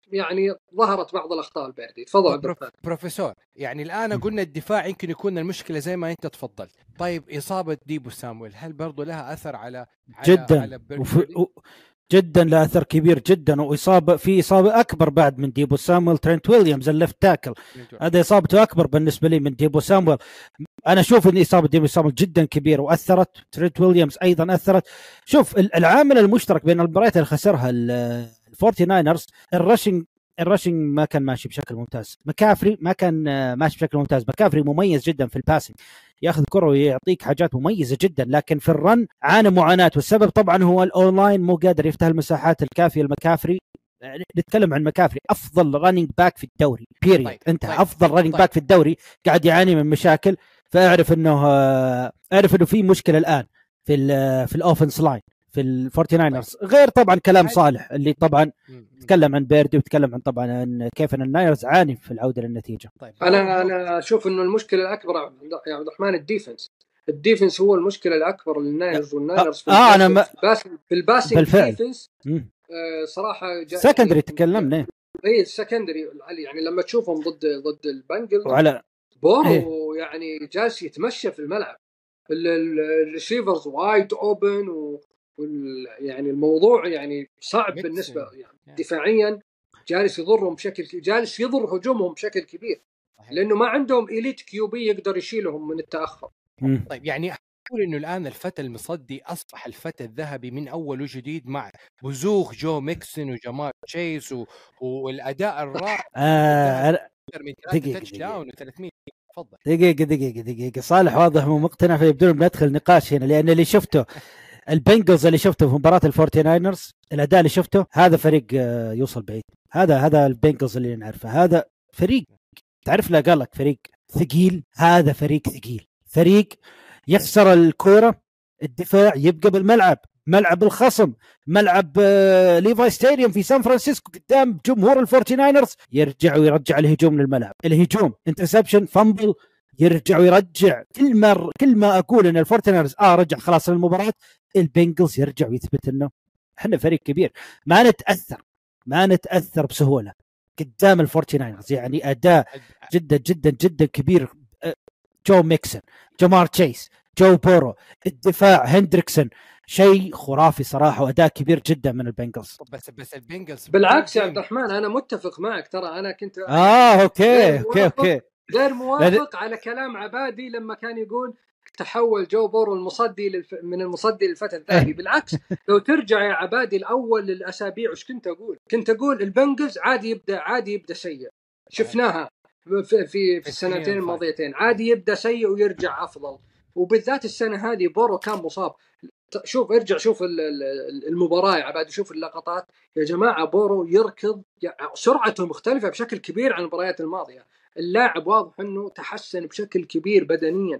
يعني ظهرت بعض الاخطاء البيردي. تفضل عبد الرحمن. بروفيسور، يعني الان قلنا الدفاع يمكن يكون المشكله زي ما انت تفضلت. طيب اصابه ديبو سامويل هل برضو لها اثر على جدا على جدا له اثر كبير جدا، واصابه في اصابه اكبر بعد من ديبو سامويل، ترينت ويليامز الليفت تاكل، هذا اصابته اكبر بالنسبه لي من ديبو سامويل. انا اشوف ان اصابه ديبو سامويل جدا كبيره واثرت، ترينت ويليامز ايضا اثرت. شوف العامل المشترك بين المباريات اللي خسرها الفورتي ناينرز، الرشنج ما كان ماشي بشكل ممتاز، مكافري ما كان ماشي بشكل ممتاز. مكافري مميز جدا في الباسنج، ياخذ كرة ويعطيك حاجات مميزة جدا، لكن في الرن عانى معاناة، والسبب طبعا هو الاونلاين مو قادر يفتح المساحات الكافية لمكافري. نتكلم عن مكافري افضل رننج باك في الدوري بيريد. طيب. انت افضل رننج باك في الدوري قاعد يعاني من مشاكل، فاعرف انه في مشكلة الان في الاوفنس لاين في الفورتي ناينرز. غير طبعا كلام صالح اللي طبعا تكلم عن بيردي، وتكلم عن طبعا عن كيف ان الناينرز عاني في العوده للنتيجه. طيب. انا اشوف انه المشكله الاكبر يا عبد الرحمن الديفنس هو المشكله الاكبر للناينرز. والناينرز في الباسنج ديفنس صراحه سكندري تكلمنا. اي السكندري يعني لما تشوفهم ضد البنجل وعلى بورو يعني جالس يتمشى في الملعب، الريسيفرز وايد اوبن يعني الموضوع يعني صعب بالنسبه يعني دفاعيا، جالس يضر هجومهم بشكل كبير، لانه ما عندهم إليت QB يقدر يشيلهم من التاخر. طيب يعني أقول إنه الآن الفتى المصدي أصبح الفتى الذهبي من أول وجديد مع بزوغ جو ميكسون وجمال تشيس والأداء الرائع. دقيقة صالح واضح مو مقتنع، فيبدون بندخل نقاش هنا، لأن اللي شفته البنجلز اللي شفته في مباراة الفورتي ناينرز، الأداء اللي شفته هذا فريق يوصل بعيد. هذا البنجلز اللي نعرفه، هذا فريق تعرف لا قال لك فريق ثقيل. هذا فريق ثقيل، فريق يخسر الكرة الدفاع يبقى بالملعب، ملعب الخصم، ملعب ليفاي ستاديوم في سان فرانسيسكو قدام جمهور الفورتي ناينرز، يرجع الهجوم للملعب، الهجوم انترسبشن فامبل، يرجع ويرجع. كل ما اقول ان الفورتي ناينرز رجع خلاص للمباراة، البنجلز يرجع ويثبت انه احنا فريق كبير، ما نتأثر بسهولة قدام الفورتي ناينرز. يعني أداء جدا جدا جدا كبير، جو ميكسون، جمار تشيس، جو بورو، الدفاع هندريكسون، شيء خرافي صراحة، وأداء كبير جدا من البنجلز. بس البنجلز بالعكس يا عبد الرحمن، أنا متفق معك، ترى أنا كنت أوكي غير موافق على كلام عبادي لما كان يقول تحول جو بورو المصدي من المصدي للفتى الثاني. بالعكس لو ترجع يا عبادي الأول للأسابيع وش كنت أقول البنجلز عادي يبدأ سيء، شفناها في السنتين الماضيتين، عادي يبدأ سيء ويرجع أفضل، وبالذات السنة هذه بورو كان مصاب. شوف المباراة يا عبادي، شوف اللقطات يا جماعة، بورو يركض، سرعته مختلفة بشكل كبير عن المباريات الماضية. اللاعب واضح انه تحسن بشكل كبير بدنيا،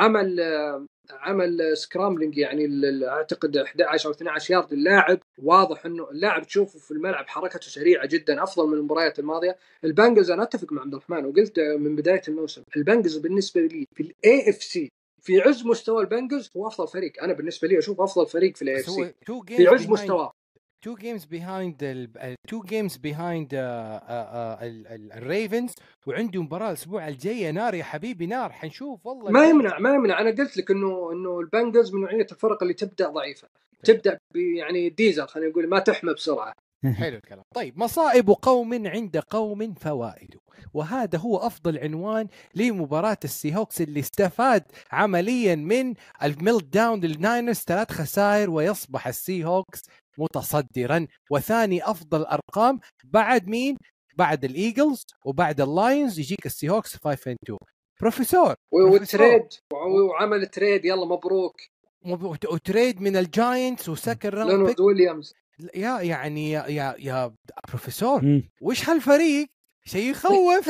عمل سكرامبلينج يعني اعتقد 11 او 12 يارد. اللاعب واضح انه اللاعب تشوفه في الملعب حركته سريعه جدا، افضل من المباريات الماضيه. البنجلز انا اتفق مع عبد الرحمن وقلت من بدايه الموسم البنجلز بالنسبه لي في الAFC في عز مستوى البنجلز هو افضل فريق. انا بالنسبه لي اشوف افضل فريق في الAFC في عز مستوى. 2 games behind الريفنز، وعنده مباراة الأسبوع الجاي. نار يا حبيبي نار، حنشوف والله. ما يمنع أنا قلت لك إنه البنجلز من نوعية الفرق اللي تبدأ ضعيفة، تبدأ يعني ديزل، خلينا نقول ما تحمى بسرعة. حلو الكلام. طيب، مصائب قوم عند قوم فوائد، وهذا هو أفضل عنوان لمباراة السي هوكس اللي استفاد عمليا من الميلت داون للناينرز 3 خسائر، ويصبح السي هوكس متصدرا وثاني أفضل أرقام بعد مين؟ بعد الإيجلز وبعد اللاينز، يجيك السي هوكس 5-2. بروفيسور وتريد وعمل تريد، يلا مبروك، وتريد من الجاينتس وسكن راوند ويليامز. يا بروفيسور وش هالفريق؟ شيء يخوف.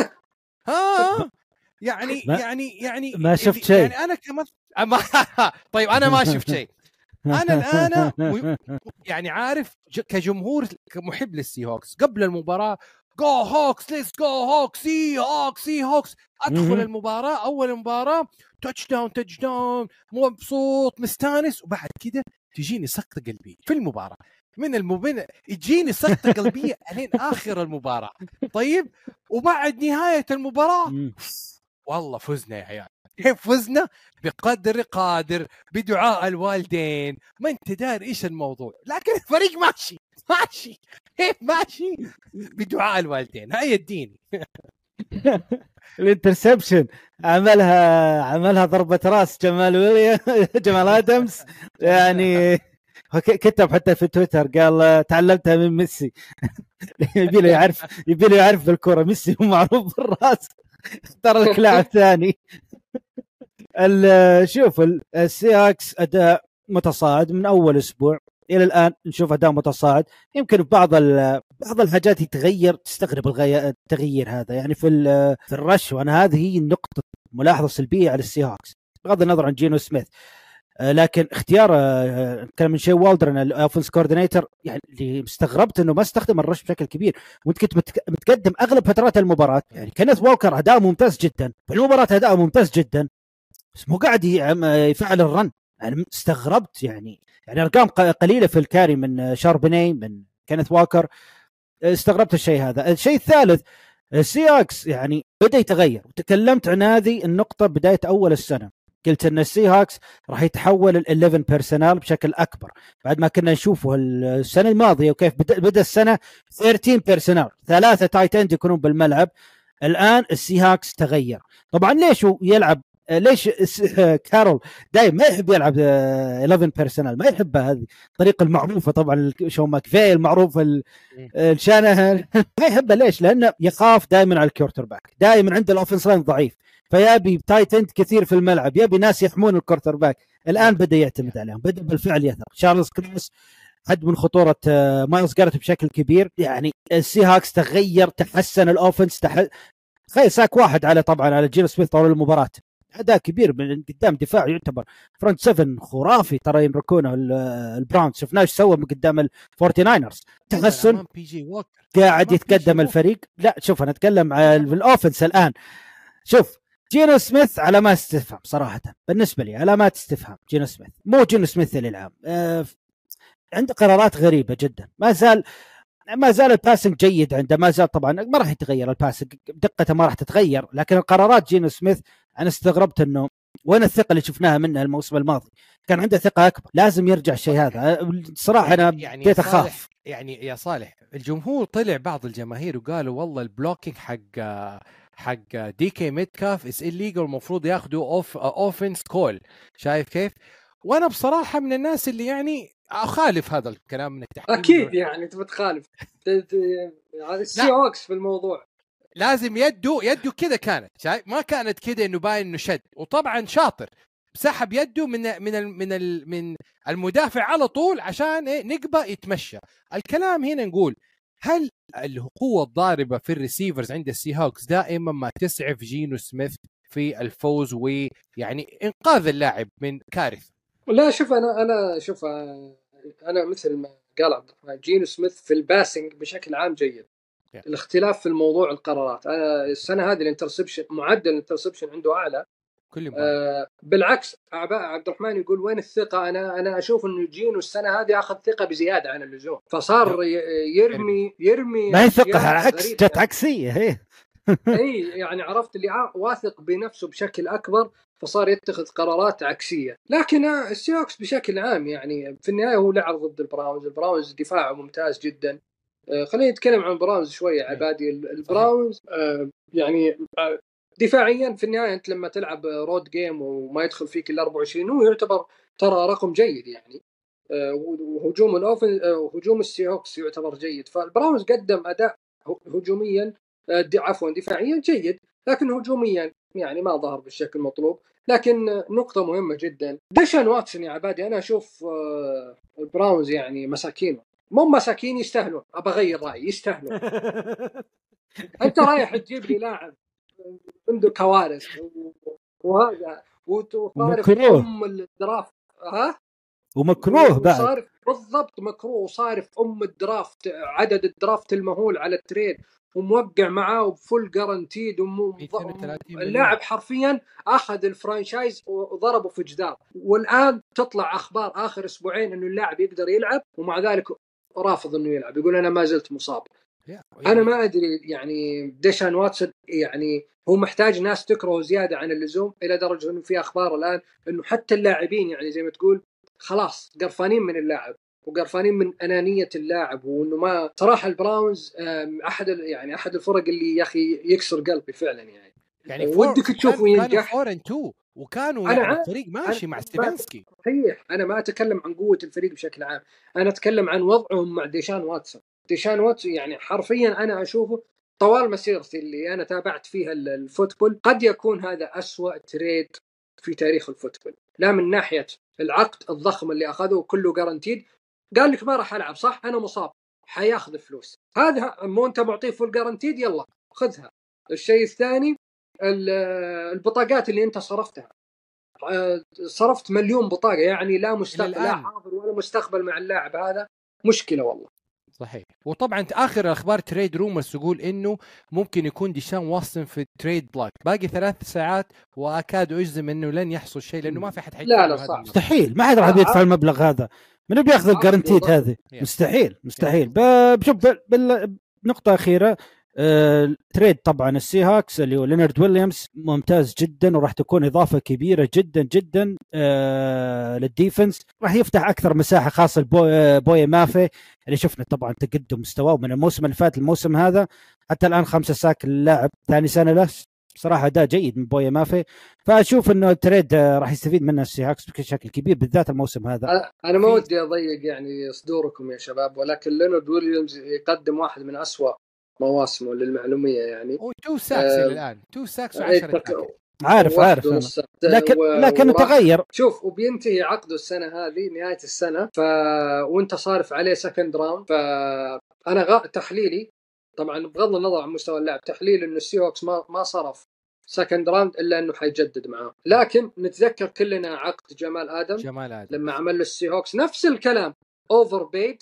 يعني ما شفت شيء. يعني أنا طيب أنا ما شفت شيء. أنا الآن يعني عارف كجمهور كمحب للسي هوكس قبل المباراة جو هوكس ليتس جو هوكس سي هوكس أدخل المباراة أول مباراة تاتش داون مبسوط مستانس، وبعد كده تجيني سقطة قلبي في المباراة. من المبين يجيني سقطة قلبية لين آخر المباراة. طيب وبعد نهاية المباراة والله فزنا يا عيال. كيف فزنا؟ بقدر قادر، بدعاء الوالدين، ما انت دار ايش الموضوع، لكن الفريق ماشي كيف ماشي؟ بدعاء الوالدين. هاي الديني. الانترسبشن عملها ضربة راس جمال آدمز يعني كتب حتى في تويتر قال تعلمتها من ميسي. يبي له يعرف بالكرة. ميسي هو معروف بالراس، اختار لك لاعب ثاني. شوف السياكس أداء متصاعد من أول أسبوع إلى الآن، نشوف أداء متصاعد. يمكن بعض الحاجات يتغير، تستغرب التغيير هذا يعني في الرش، وأنا هذه هي النقطة ملاحظة سلبية على السياكس بغض النظر عن جينو سميث. لكن اختيار كان من شيء والدرن الاوفنس كوردينيتور، يعني اللي استغربت انه ما استخدم الرش بشكل كبير، وانت كنت متقدم اغلب فترات المباراه. يعني كينيث ووكر اداء ممتاز جدا في المباراه، اداء ممتاز جدا، بس مو قاعد يفعل الرن. يعني استغربت يعني ارقام قليله في الكاري من شاربني من كينيث ووكر. استغربت الشيء هذا. الشيء الثالث السياكس يعني بدا يتغير، وتكلمت عن هذه النقطه بدايه اول السنه. قلت ان السي هاكس راح يتحول ال 11 بيرسونال بشكل اكبر، بعد ما كنا نشوفه السنه الماضيه وكيف بدا السنه 13 بيرسونال، 3 تايت اند يكونون بالملعب. الان السي هاكس تغير. طبعا ليش يلعب؟ ليش كارول دايم ما يحب يلعب 11 بيرسونال؟ ما يحبها، هذه الطريقه المعروفه طبعا، شو ماكفي المعروف الشانه ما يحبها. ليش؟ لانه يخاف دائما على الكورتر باك، دائما عنده الاوفنس لاين ضعيف، فيابي تايت اند كثير في الملعب، يبي ناس يحمون الكورتر باك. الان بدا يعتمد عليهم، بدا بالفعل يثق. شارلز كلوس حد من خطوره مايلز جارت بشكل كبير. يعني السي هاكس تغير، تحسن الاوفنس، خير ساك واحد على طبعا على جيرو سميث طول المباراه، اداء كبير من قدام دفاع يعتبر فرونت 7 خرافي. ترى ينركونه البراونز، شفناه ايش سوى من قدام الفورتي ناينرز، تحسن قاعد يتقدم الفريق. لا شوف انا اتكلم على الاوفنس الان. شوف جينو سميث علامات استفهام صراحه بالنسبه لي، علامات استفهام. جينو سميث مو جينو سميث اللي العام، عنده قرارات غريبه جدا. ما زال الباسنج جيد عنده، ما زال طبعا ما راح يتغير الباسنج، دقته ما راح تتغير، لكن القرارات جينو سميث انا استغربت انه وين الثقه اللي شفناها منه الموسم الماضي. كان عنده ثقه اكبر، لازم يرجع الشيء هذا. صراحه انا بديت اخاف. يعني يا صالح الجمهور طلع، بعض الجماهير وقالوا والله البلوكينج حق دي كي ميتكاف اس الليجل، المفروض ياخذوا اوفنس كول. شايف كيف؟ وانا بصراحه من الناس اللي يعني اخالف هذا الكلام انك تحكي. اكيد يعني انت بتخالف السي هوكس في الموضوع. لازم يده كذا كانت، شايف؟ ما كانت كذا انه باين انه شد. وطبعا شاطر سحب يده من المدافع على طول عشان نقبه يتمشى. الكلام هنا نقول هل القوه الضاربه في الريسيفرز عند السي هوكس دائما ما تسعف جينو سميث في الفوز ويعني انقاذ اللاعب من كارثه؟ لا شوف انا مثل ما قال عبد الرحمن، جينو سميث في الباسنج بشكل عام جيد. الاختلاف في الموضوع القرارات. السنه هذه الانترسبشن، معدل الانترسبشن عنده اعلى كل بالعكس. عبد الرحمن يقول وين الثقه؟ انا اشوف انه جينو السنه هذه اخذ ثقه بزياده عن اللزوم، فصار يرمي ما هي ثقه، عكس جت عكسيه هي. اي يعني عرفت اللي واثق بنفسه بشكل اكبر، فصار يتخذ قرارات عكسيه. لكن السيوكس بشكل عام يعني في النهايه هو لعب ضد البراونز دفاعه ممتاز جدا. خلينا نتكلم عن البراونز شويه عبادي. البراونز يعني دفاعيا في النهايه انت لما تلعب رود جيم وما يدخل فيك الا 24 هو يعتبر ترى رقم جيد يعني. وهجوم هجوم السيوكس يعتبر جيد. فالبراونز قدم اداء هجوميا دفاعيا جيد، لكن هجوميا يعني ما ظهر بالشكل المطلوب. لكن نقطة مهمة جدا، ديشان واتسون يا عبادي، أنا أشوف البراونز يعني مساكين، مو مساكين، يستاهلون. أبى أغير رأيي، يستاهلون. أنت رايح تجيب لي لاعب عنده كوارث وهذا وصارف الدرافت، ومكروه بعد، صارف بالضبط مكروه، وصارف الدرافت، عدد الدرافت المهول على التريد، وموقع معاه بفول جارانتيد، اللاعب حرفيا اخذ الفرانشايز وضربه في جدار. والان تطلع اخبار اخر اسبوعين انه اللاعب يقدر يلعب، ومع ذلك رافض انه يلعب، يقول انا ما زلت مصاب. انا ما ادري يعني ديشان واتسون يعني هو محتاج ناس تكرهه زياده عن اللزوم، الى درجه انه في اخبار الان انه حتى اللاعبين يعني زي ما تقول خلاص قرفانين من اللاعب وقرفانين من انانيه اللاعب، وانه ما صراحه البراونز احد الفرق اللي يا اخي يكسر قلبي فعلا يعني ودك تشوفه ينجح. كانوا 4-2 وكانوا يعني الفريق ماشي مع ستيفانسكي. صحيح، انا ما اتكلم عن قوه الفريق بشكل عام، انا اتكلم عن وضعهم مع ديشان واتسون يعني حرفيا انا اشوفه طوال مسيرتي اللي انا تابعت فيها الفوتبول قد يكون هذا أسوأ تريد في تاريخ الفوتبول، لا من ناحيه العقد الضخم اللي اخذه كله جارانتيد، قال لك ما راح العب صح انا مصاب حياخذ فلوس، هذا مو انت معطيه فول جارانتيد يلا خذها. الشيء الثاني البطاقات اللي انت صرفتها، صرفت مليون بطاقه يعني لا مستقبل لا حاضر ولا مستقبل مع اللاعب، هذا مشكله والله. صحيح. وطبعا اخر الاخبار تريد رومرز تقول انه ممكن يكون ديشان واتسون في التريد بلوك، باقي 3 ساعات واكاد اجزم انه لن يحصل شيء لانه ما في حد لا لا صح مستحيل، ما حد راح يدفع المبلغ هذا، من بياخذ الجارنتيد هذه؟ مستحيل. بشوف نقطه اخيره، تريد طبعا السي هاكس اللي هو لينارد ويليامز ممتاز جدا، وراح تكون اضافه كبيره جدا جدا للديفنس، راح يفتح اكثر مساحه خاصه بوي مافي اللي شفنا طبعا تقدم مستواه من الموسم اللي فات الموسم هذا، حتى الان 5 ساك للاعب، ثاني سنه له صراحه اداء جيد من بوي مافي، فاشوف انه التريد راح يستفيد منه السي هاكس بشكل كبير بالذات الموسم هذا. انا ما ودي اضيق يعني صدوركم يا شباب، ولكن لينارد ويليامز يقدم واحد من أسوأ مواسمه للمعلوميه يعني، و2 ساكس الان 2 ساكس و10 عارف لكن تغير. شوف وبينتهي عقده السنه هذه نهايه السنه، وانت صارف عليه سكند راوند، فانا تحليلي طبعا بغض النظر عن مستوى اللاعب، تحليل انه السي هوكس ما صرف سكند راوند الا انه حيجدد معاه. لكن نتذكر كلنا عقد جمال آدم لما عمل له السي هوكس نفس الكلام، اوفر بيد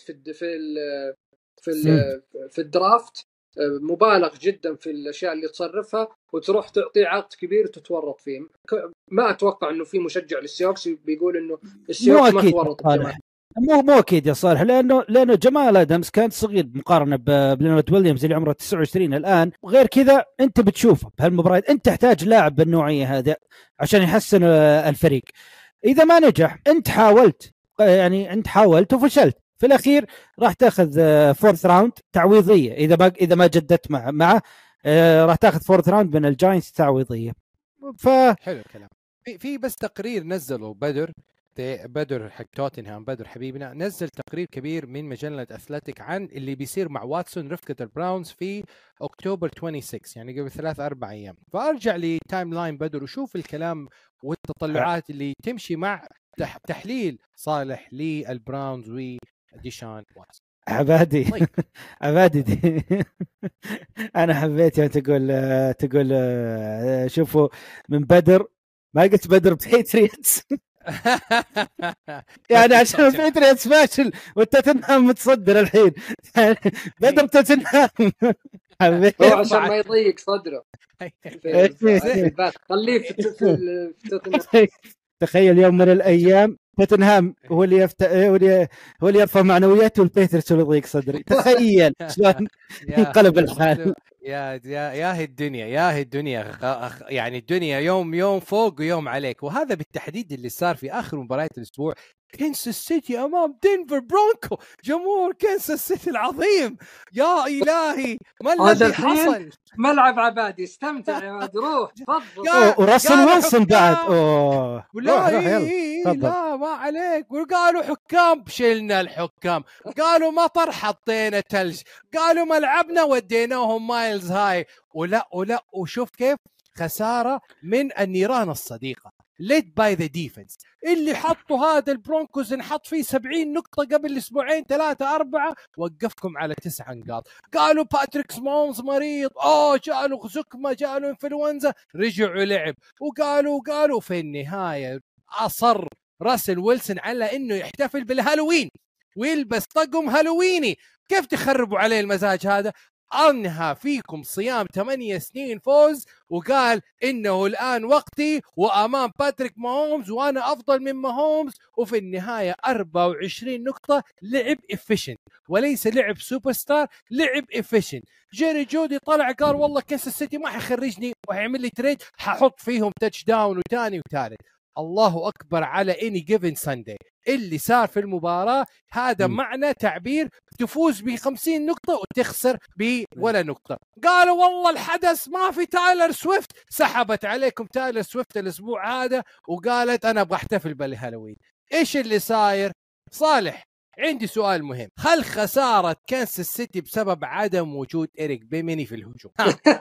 في الدرافت، مبالغ جدا في الاشياء اللي تصرفها، وتروح تعطيه عقد كبير وتتورط فيه. ما اتوقع انه في مشجع للسيوكس بيقول انه السيوكس ما تورط الجمال. مو اكيد يا صالح، لانه جمال ادمز كان صغير مقارنه بلينارد ويليامز اللي عمره 29 الان، وغير كذا انت بتشوفه بهالمباريات انت تحتاج لاعب بالنوعيه هذه عشان يحسن الفريق. اذا ما نجح انت حاولت وفشلت، في الاخير راح تاخذ فورث راوند تعويضيه اذا ما جددت معه راح تاخذ فورث راوند من الجاينتس تعويضيه. حلو الكلام. في بس تقرير نزله بدر حق توتنهام، بدر حبيبنا نزل تقرير كبير من مجله اثليتيك عن اللي بيصير مع واتسون رفقه البراونز في اكتوبر 26 يعني قبل 3-4 ايام. فارجع لي تايم لاين بدر وشوف الكلام والتطلعات اللي تمشي مع تحليل صالح للبراونز وديشان واتسون. عبادي عبادي دي انا حبيت يعني تقول شوفوا من بدر، ما قلت بدر بيتريتس يعني عشان البيتريتس فاشل والتوتنهام متصدر الحين بدر توتنهام حبيت عشان ما يضيق صدره خليه في توتنهام. تخيل يوم من الايام توتنهام هو اللي يرفع معنوياته والبيتريتس اللي يضيق صدري. تخيل شلون انقلب الحال. يا الدنيا يعني الدنيا يوم فوق ويوم عليك. وهذا بالتحديد اللي صار في آخر مباريات الأسبوع. كنساس سيتي أمام دنفر برونكو، جمهور كنساس سيتي العظيم، يا إلهي ما الذي حصل. ملعب عبادي استمتع يا عبادي، روح تفضل. وراسل ويلسون بعد لا ما عليك. وقالوا حكام، شلنا الحكام، قالوا مطر حطينا تلج، قالوا ملعبنا وديناهم مايلز هاي. ولا وشوف كيف خسارة من النيران الصديقة led by the defense اللي حطوا هذا البرونكوز نحط فيه 70 نقطة قبل أسبوعين 3-4 وقفكم على 9 نقاط. قالوا باتريك ماهومز مريض، جاله زكمة، جاله انفلونزا، رجعوا لعب. وقالوا في النهاية أصر راسل ويلسون على إنه يحتفل بالهالوين ويلبس طقم هالويني. كيف تخربوا عليه المزاج هذا؟ أنهى فيكم صيام 8 سنين فوز وقال إنه الآن وقتي وأمام باتريك ماهومز وأنا أفضل من ماهومز، وفي النهاية 24 نقطة. لعب إفيشنت وليس لعب سوبر ستار، لعب إفيشنت. جيري جودي طلع قال والله كنساس سيتي ما حيخرجني وهيعمل لي تريد، ححط فيهم تاتش داون وثاني وثالث. الله أكبر على اني جيفن ساندي اللي صار في المباراة. هذا معنى تعبير تفوز ب50 نقطة وتخسر بولا نقطة. قالوا والله الحدث ما في تايلر سويفت، سحبت عليكم تايلر سويفت الأسبوع هذا وقالت أنا أبغى أحتفل بالهالوين. إيش اللي صاير؟ صالح عندي سؤال مهم، هل خسارة كانساس سيتي بسبب عدم وجود إريك بيميني في الهجوم؟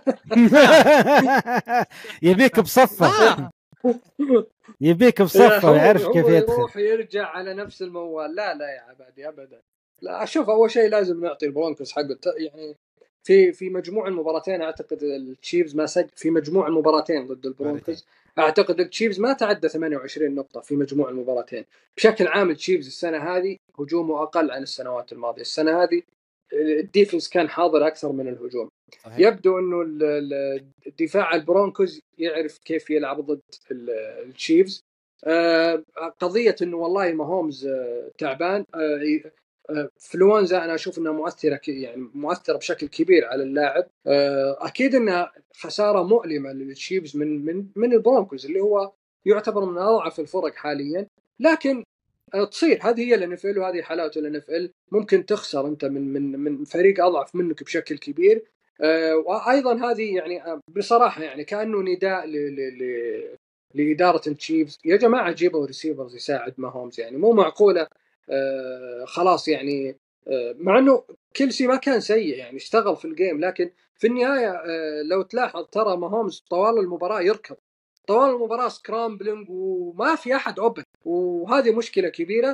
يبيك بصفة يبيك بصفة ويعرف كيف يدخل، يروح يرجع على نفس الموال. لا يا عبادي أبدا. لا أشوف أول شيء لازم نعطي البرونكوس حقه. يعني في مجموع المباراتين أعتقد التشيفز ما سجل في مجموع المباراتين ضد البرونكوس. أعتقد التشيفز ما تعدى 28 نقطة في مجموع المباراتين. بشكل عام التشيفز السنة هذه هجومه أقل عن السنوات الماضية. السنة هذه الديفنس كان حاضر أكثر من الهجوم. صحيح. يبدو أنه الدفاع البرونكوز يعرف كيف يلعب ضد التشيفز. قضية أنه والله ماهومز تعبان، فلوانزا أنا أشوف أنها مؤثرة، يعني مؤثرة بشكل كبير على اللاعب. أكيد أنها خسارة مؤلمة للتشيفز من البرونكوز اللي هو يعتبر من أضعف الفرق حاليا، لكن تصير هذه هي الNFL وهذه حلاوة الNFL. ممكن تخسر أنت من فريق أضعف منك بشكل كبير. وأيضا هذه يعني بصراحة يعني كأنه نداء لإدارة التشيفز، يا جماعة جيبوا ريسيفرز يساعد ماهومز. يعني مو معقولة خلاص يعني مع أنه كيلسي ما كان سيء يعني اشتغل في الجيم، لكن في النهاية لو تلاحظ ترى ماهومز طوال المباراة يركض، طوال المباراة سكرامبلينج وما في أحد أوبن، وهذه مشكلة كبيرة.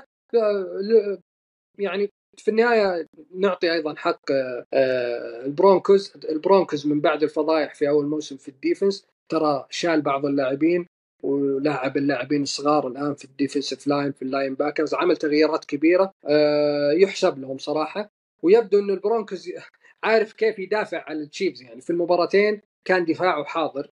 يعني في النهاية نعطي أيضا حق البرونكوز من بعد الفضائح في أول موسم في الديفنس، ترى شال بعض اللاعبين ولاعب اللاعبين الصغار الآن في الديفنسيف لاين في اللاين باكرز، عمل تغييرات كبيرة يحسب لهم صراحة. ويبدو أن البرونكوز عارف كيف يدافع على التشيفز، يعني في المباراتين كان دفاعه حاضر.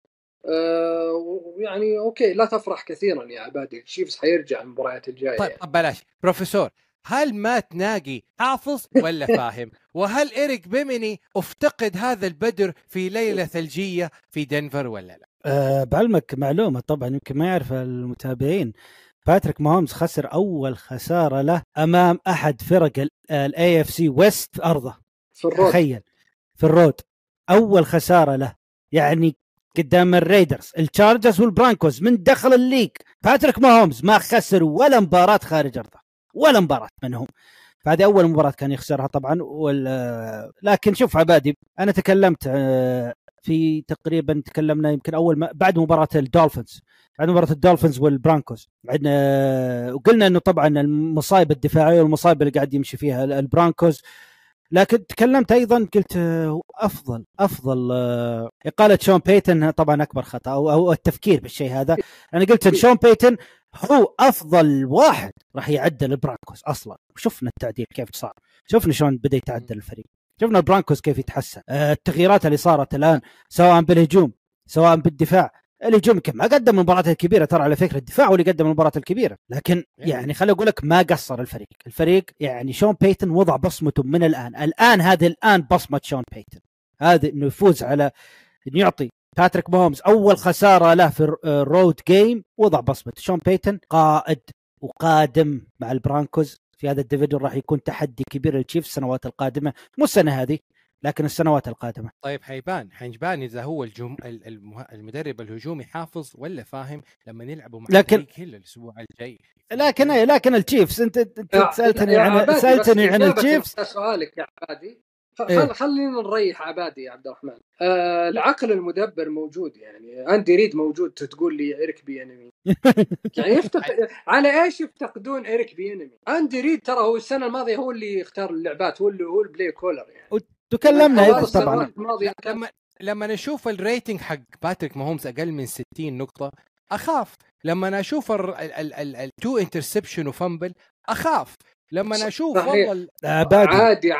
يعني أوكي لا تفرح كثيرا يا عبادي، التشيفز حيرجع المباريات الجاية. طيب يعني. بلاش بروفيسور، هل مات ناجي حافظ ولا فاهم؟ وهل إريك بيميني افتقد هذا البدر في ليلة ثلجية في دنفر ولا لا؟ بعلمك معلومة طبعا يمكن ما يعرف المتابعين، باتريك ماهومز خسر أول خسارة له أمام أحد فرق AFC ويست في أرضه، تخيل في الرود أول خسارة له، يعني قدام الريدرز التشارجرز والبرانكوز من دخل الليج. باتريك ماهومز ما خسر ولا مباراة خارج أرضه ولا مباراة منهم، فهذه أول مباراة كان يخسرها طبعا. لكن شوف عبادي، أنا تكلمت في تقريبا تكلمنا يمكن أول بعد مباراة الدولفينز والبرانكوز وقلنا أنه طبعا المصايب الدفاعية والمصايب اللي قاعد يمشي فيها البرانكوز، لكن تكلمت أيضا قلت أفضل إقالة شون بيتن طبعا أكبر خطأ أو التفكير بالشيء هذا. أنا قلت إن شون بيتن هو أفضل واحد راح يعدل البرانكوز أصلا، وشفنا التعديل كيف صار، شفنا شلون بدأ يتعدل الفريق، شفنا البرانكوز كيف يتحسن. التغييرات اللي صارت الآن سواء بالهجوم سواء بالدفاع، الهجوم ما قدم المباراة الكبيرة ترى على فكرة، الدفاع هو اللي قدم المباراة الكبيرة، لكن يعني خلي أقول لك ما قصر الفريق يعني شون بيتن وضع بصمته من الآن هذه الآن بصمة شون بيتن، هذا إنه يفوز على إنه يعطي باتريك ماهومز أول خسارة له في الرود جيم، وضع بصمة شون بيتن قائد وقادم مع البرانكوز في هذا الديفيجن، راح يكون تحدي كبير للتشيفز السنوات القادمة، مو السنة هذه لكن السنوات القادمة. طيب حيبان إذا هو المدرب الهجومي حافظ ولا فاهم لما نلعبوا مع فريق هيل الأسبوع الجاي. لكن التشيفز أنت سألتني عن التشيفز. سؤالك يا عبادي خلينا نريح عبادي يا عبد الرحمن. العقل المدبر موجود، يعني أندي ريد موجود، تقول لي إيريك بيانمي يعني على إيش يفتقدون إيريك بيانمي؟ أندي ريد ترى هو السنة الماضية هو اللي يختار اللعبات، هو البلاي كولر يعني. تكلمنا طبعا لما نشوف الريتنج حق باتريك ماهومز أقل من 60 نقطة أخاف، لما نشوف التو انترسبشن وفامبل أخاف، لما انا اشوف صحيح. والله عادي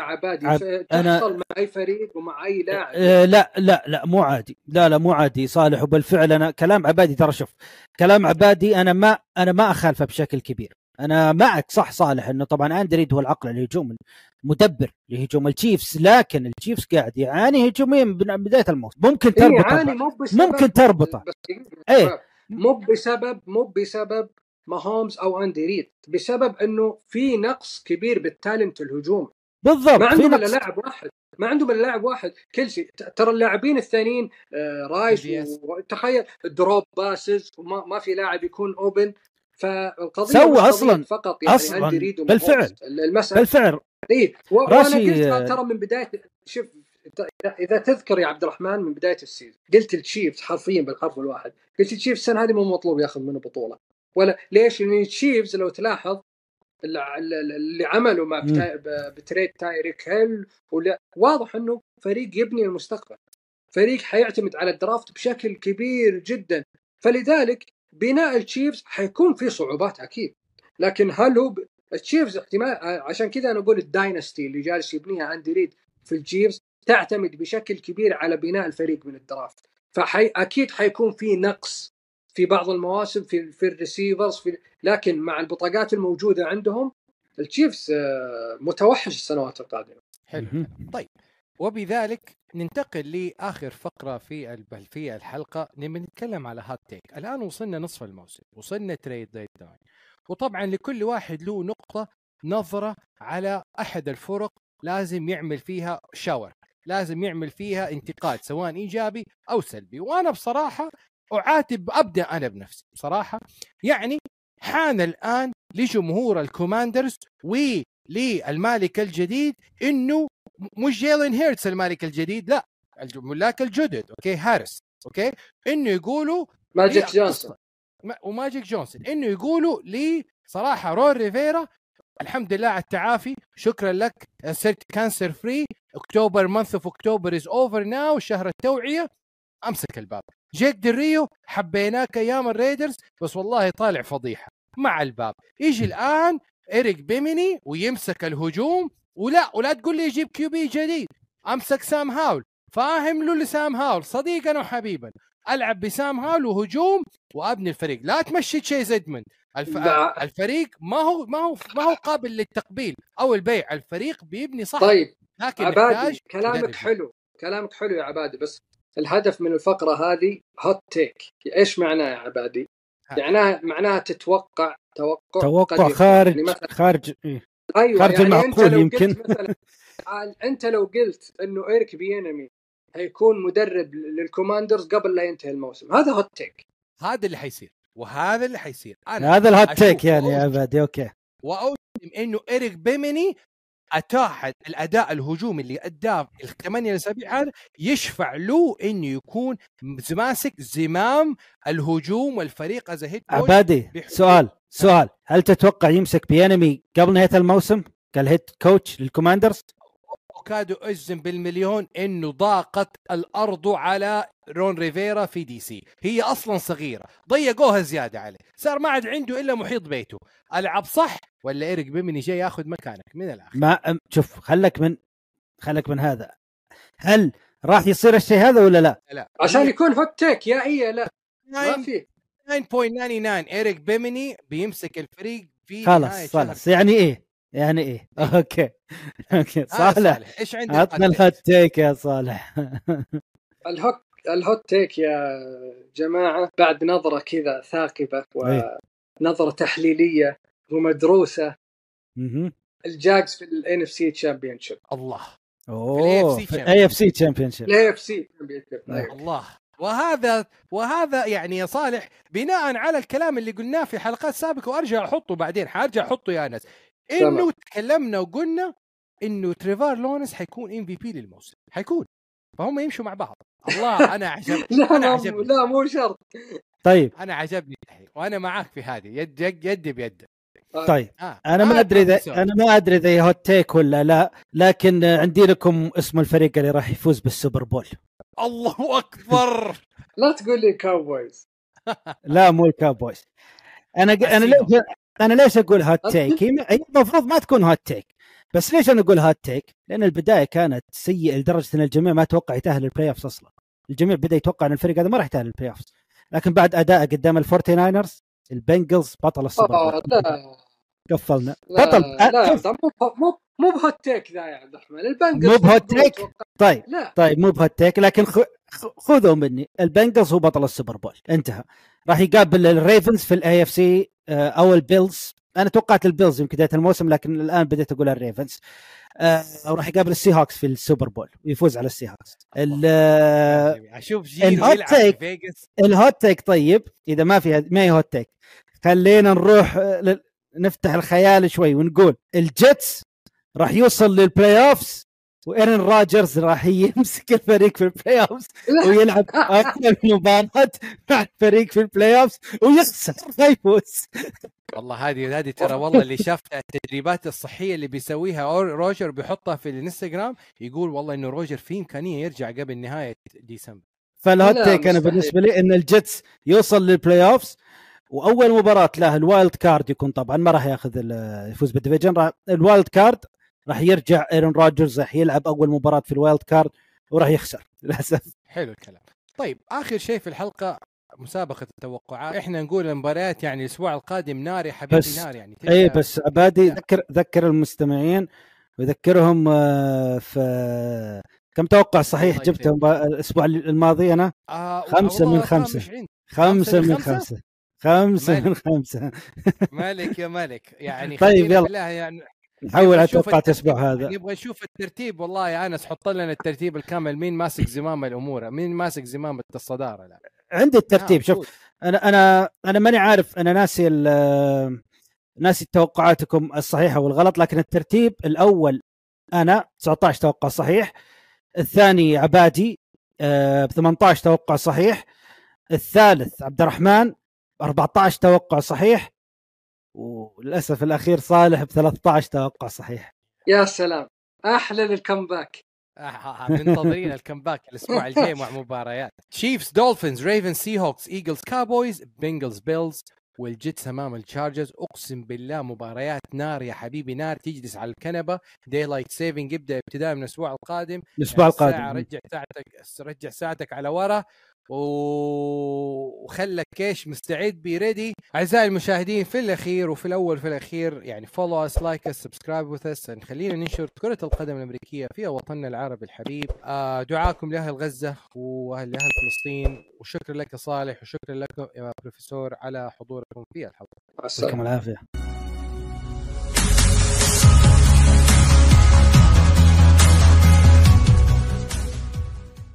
تحصل مع اي فريق ومع اي لاعب. لا مو عادي، لا مو عادي صالح. وبالفعل انا كلام عبادي، ترى شوف كلام عبادي انا ما اخالفه بشكل كبير. انا معك صح صالح انه طبعا اندريد هو العقل الهجوم مدبر لهجوم التشيفز، لكن التشيفز قاعد يعاني هجوميا من بدايه الموسم. ممكن تربطه ممكن تربطه ايه مو بسبب ماهومز او اندي ريد، بسبب انه في نقص كبير بالتالنت الهجوم. بالضبط، ما عندهم الا لاعب واحد، كل شيء. ترى اللاعبين الثانيين رايس وتخيل دروب باسز وما في لاعب يكون اوبن. فالقضيه سوى اصلا فقط يعني اندي ريد بالفعل ايه. وانا قلت ترى من بدايه، شوف اذا تذكر يا عبد الرحمن من بدايه السيزون قلت التشيفز حرفيا بالحرف الواحد، قلت التشيفز السنه هذه مو مطلوب ياخذ منه بطوله. ولا ليش؟ لان التشيفز لو تلاحظ اللي عملوا مع بتريد تايريك هيل، واضح انه فريق يبني المستقبل، فريق حيعتمد على الدرافت بشكل كبير جدا. فلذلك بناء التشيفز حيكون في صعوبات اكيد، لكن هل هو التشيفز احتمال؟ عشان كذا انا اقول الداينستي اللي جالس يبنيها اندي ريد في التشيفز تعتمد بشكل كبير على بناء الفريق من الدرافت. اكيد حيكون في نقص في بعض المواسم في الريسيفرز لكن مع البطاقات الموجوده عندهم التشيفز متوحش السنوات القادمه. حلو. طيب وبذلك ننتقل لاخر فقره في الحلقه، نبي نتكلم على هات تيك. الان وصلنا نصف الموسم، وصلنا تريد ديدلاين، وطبعا لكل واحد له نقطه نظره على احد الفرق لازم يعمل فيها شاور، لازم يعمل فيها انتقاد سواء ايجابي او سلبي. وانا بصراحه أعاتب أبدأ أنا بنفسي بصراحة. يعني حان الآن لجمهور الكوماندرز وللمالك الجديد إنه مش جيلين هيرتس المالك الجديد، لا الملاك الجدد أوكي هاريس أوكي، إنه يقولوا ماجيك جونسون وماجيك جونسون، إنه يقولوا لي صراحة رون ريفيرا الحمد لله على التعافي، شكرا لك، صرت كانسر فري، أكتوبر مانث اوف أكتوبر از اوفر ناو، شهر التوعية، امسك الباب. جيك دريو حبيناك ايام الريدرز بس والله طالع فضيحه مع الباب. يجي الان إريك بيميني ويمسك الهجوم، ولا تقول لي يجيب كيوبي جديد، امسك سام هاول، فاهم له لسام هاول صديقنا وحبيبا، العب بسام هاول وهجوم وابني الفريق. لا تمشي شيء زدمن. الفريق ما هو قابل للتقبيل او البيع، الفريق بيبني صح. طيب لكن عبادي كلامك حلو يا عبادي، بس الهدف من الفقرة هذه هوت تيك. ايش معناه يا عبادي؟ معناها توقع خارج يعني خارج ايوه خارج يعني المعقول. يمكن مثلا انت لو قلت انه إيريك بيينمي هيكون مدرب للكوماندرز قبل لا ينتهي الموسم، هذا هوت تيك، هذا اللي حيصير وهذا اللي حيصير. هذا الهوت تيك يعني يا عبادي. اوكي، واوسم انه إيريك بيميني اتاح الاداء الهجومي اللي اداه الثمانية الاسابيع هذا يشفع له انه يكون ماسك زمام الهجوم والفريق از هيد كوتش. عبادي سؤال هل تتوقع يمسك بيانمي قبل نهايه الموسم كالهيد كوتش للكوماندرز؟ وكادوا اجزم بالمليون انه ضاقت الارض على رون ريفيرا في دي سي، هي اصلا صغيره ضيقوها زياده عليه، صار ما عاد عنده الا محيط بيته. العب صح ولا إيريك بيميني جاي ياخذ مكانك من الاخر؟ ما شوف خلك من هذا، هل راح يصير الشيء هذا ولا لا؟ عشان يكون هوت تيك يا ايه لا ما في 9.99 إيريك بيميني بيمسك الفريق في خلاص يعني ايه اوكي صالح ايش عندك؟ عطنا الهوت تيك يا صالح. الهوت تيك يا جماعه بعد نظره كذا ثاقبه ونظره تحليليه ومدروسه، الجاكس في الان اف سي تشامبيونشيب. الله في الاي اف سي تشامبيونشيب الله. وهذا يعني يا صالح بناء على الكلام اللي قلناه في حلقات سابقه، وارجع احطه بعدين، حارجع احطه يا ناس، انه تكلمنا وقلنا انه تريفار لونس حيكون ام في بي للموسم، حيكون، فهم يمشوا مع بعض. الله انا عجبني لا مو شرط. طيب انا عجبني وانا معاك في هذه يد بيد. طيب انا ما ادري اذا هوت تيك ولا لا، لكن عندي لكم اسم الفريق اللي راح يفوز بالسوبر بول. الله اكبر. لا تقول لي كاوبويز. لا مو الكاوبويز. انا انا ليش اقول هات تيك؟ هي المفروض ما تكون هات تيك، بس ليش انا اقول هات تيك؟ لان البدايه كانت سيئه لدرجه ان الجميع ما توقع يتاهل البلاي اوفز اصلا. الجميع بدا يتوقع ان الفريق هذا ما راح يتاهل البلاي اوفز، لكن بعد اداء قدام الفورتي ناينرز البنجلز بطل السوبر بول. لا قفلنا لا بطل. لا يا عبد مو بهوت تيك ذا يا عبد الرحمن. البنجلز مو بهوت تيك. طيب لا. طيب مو بهوت تيك، لكن خذوا مني البنجلز هو بطل السوبر بول انتهى. راح يقابل الريفنز في الاي اف سي او البيلز. انا توقعت البيلز يمكن بدايه الموسم، لكن الان بديت اقول الريفنز. وراح يقابل السي هوكس في السوبر بول ويفوز على السي هوكس. اشوف جيرو يلعب في فيغاس. الهوت تيك طيب اذا ما هي هوت تيك، خلينا نروح نفتح الخيال شوي ونقول الجيتس راح يوصل للبلاي اوفز وإيرن راجرز راح يمسك الفريق في البلاي اوفز ويلعب اكثر مباراة مع الفريق في البلاي اوفز ويخسر فيفوز. والله هذه ترى والله اللي شاف التدريبات الصحيه اللي بيسويها روجر بيحطها في الانستغرام يقول والله انه روجر في امكانيه يرجع قبل نهايه ديسمبر. فالهوت تيك انا بالنسبه لي ان الجيتس يوصل للبلاي اوفز، واول مباراه له الوايلد كارد يكون طبعا ما راح ياخذ يفوز بالديفيجن. الوايلد كارد راح يرجع ايرون راجرز راح يلعب اول مباراه في الوايلد كارد وراح يخسر للاسف. حلو الكلام. طيب اخر شيء في الحلقه مسابقه التوقعات. احنا نقول المباريات يعني الاسبوع القادم نار يا حبيبي نار يعني. اي بس عبادي ذكر المستمعين وذكرهم في كم توقع صحيح جبتهم الاسبوع الماضي. انا 5 من 5 5 من 5 5 من 5 مالك يا مالك يعني. طيب يلا يعني نحول على توقعات الاسبوع هذا. نبغى نشوف الترتيب. والله يا انس حط لنا الترتيب الكامل، مين ماسك زمام الامور، مين ماسك زمام الصداره. لا عندي الترتيب. شوف انا ماني عارف، انا ناسي توقعاتكم الصحيحه والغلط، لكن الترتيب الاول انا 19 توقع صحيح، الثاني عبادي ب 18 توقع صحيح، الثالث عبد الرحمن 14 توقع صحيح، وللاسف الاخير صالح ب 13 توقع صحيح. يا سلام احلى للكمباك. منتظرين الكمباك الاسبوع الجاي مع مباريات تشيفز دولفينز ريفنز سي هوكس ايجلز كابويز بنجلز بيلز والجيتس امام التشارجرز. اقسم بالله مباريات نار يا حبيبي نار تجلس على الكنبه. دايلايت سيفنج يبدا ابتداء من الاسبوع القادم. رجع ساعتك على ورا وخلك كيش مستعد بيريدي. اعزائي المشاهدين في الاخير وفي الاول في الاخير يعني فولو اس لايك اس سبسكرايب وذ اس، خلينا ننشر كرة القدم الامريكية في وطننا العربي الحبيب. دعاكم لاهل غزة واهل فلسطين، وشكرا لك صالح وشكرا لكم يا بروفيسور على حضوركم في الحلقة. يعطيكم العافية.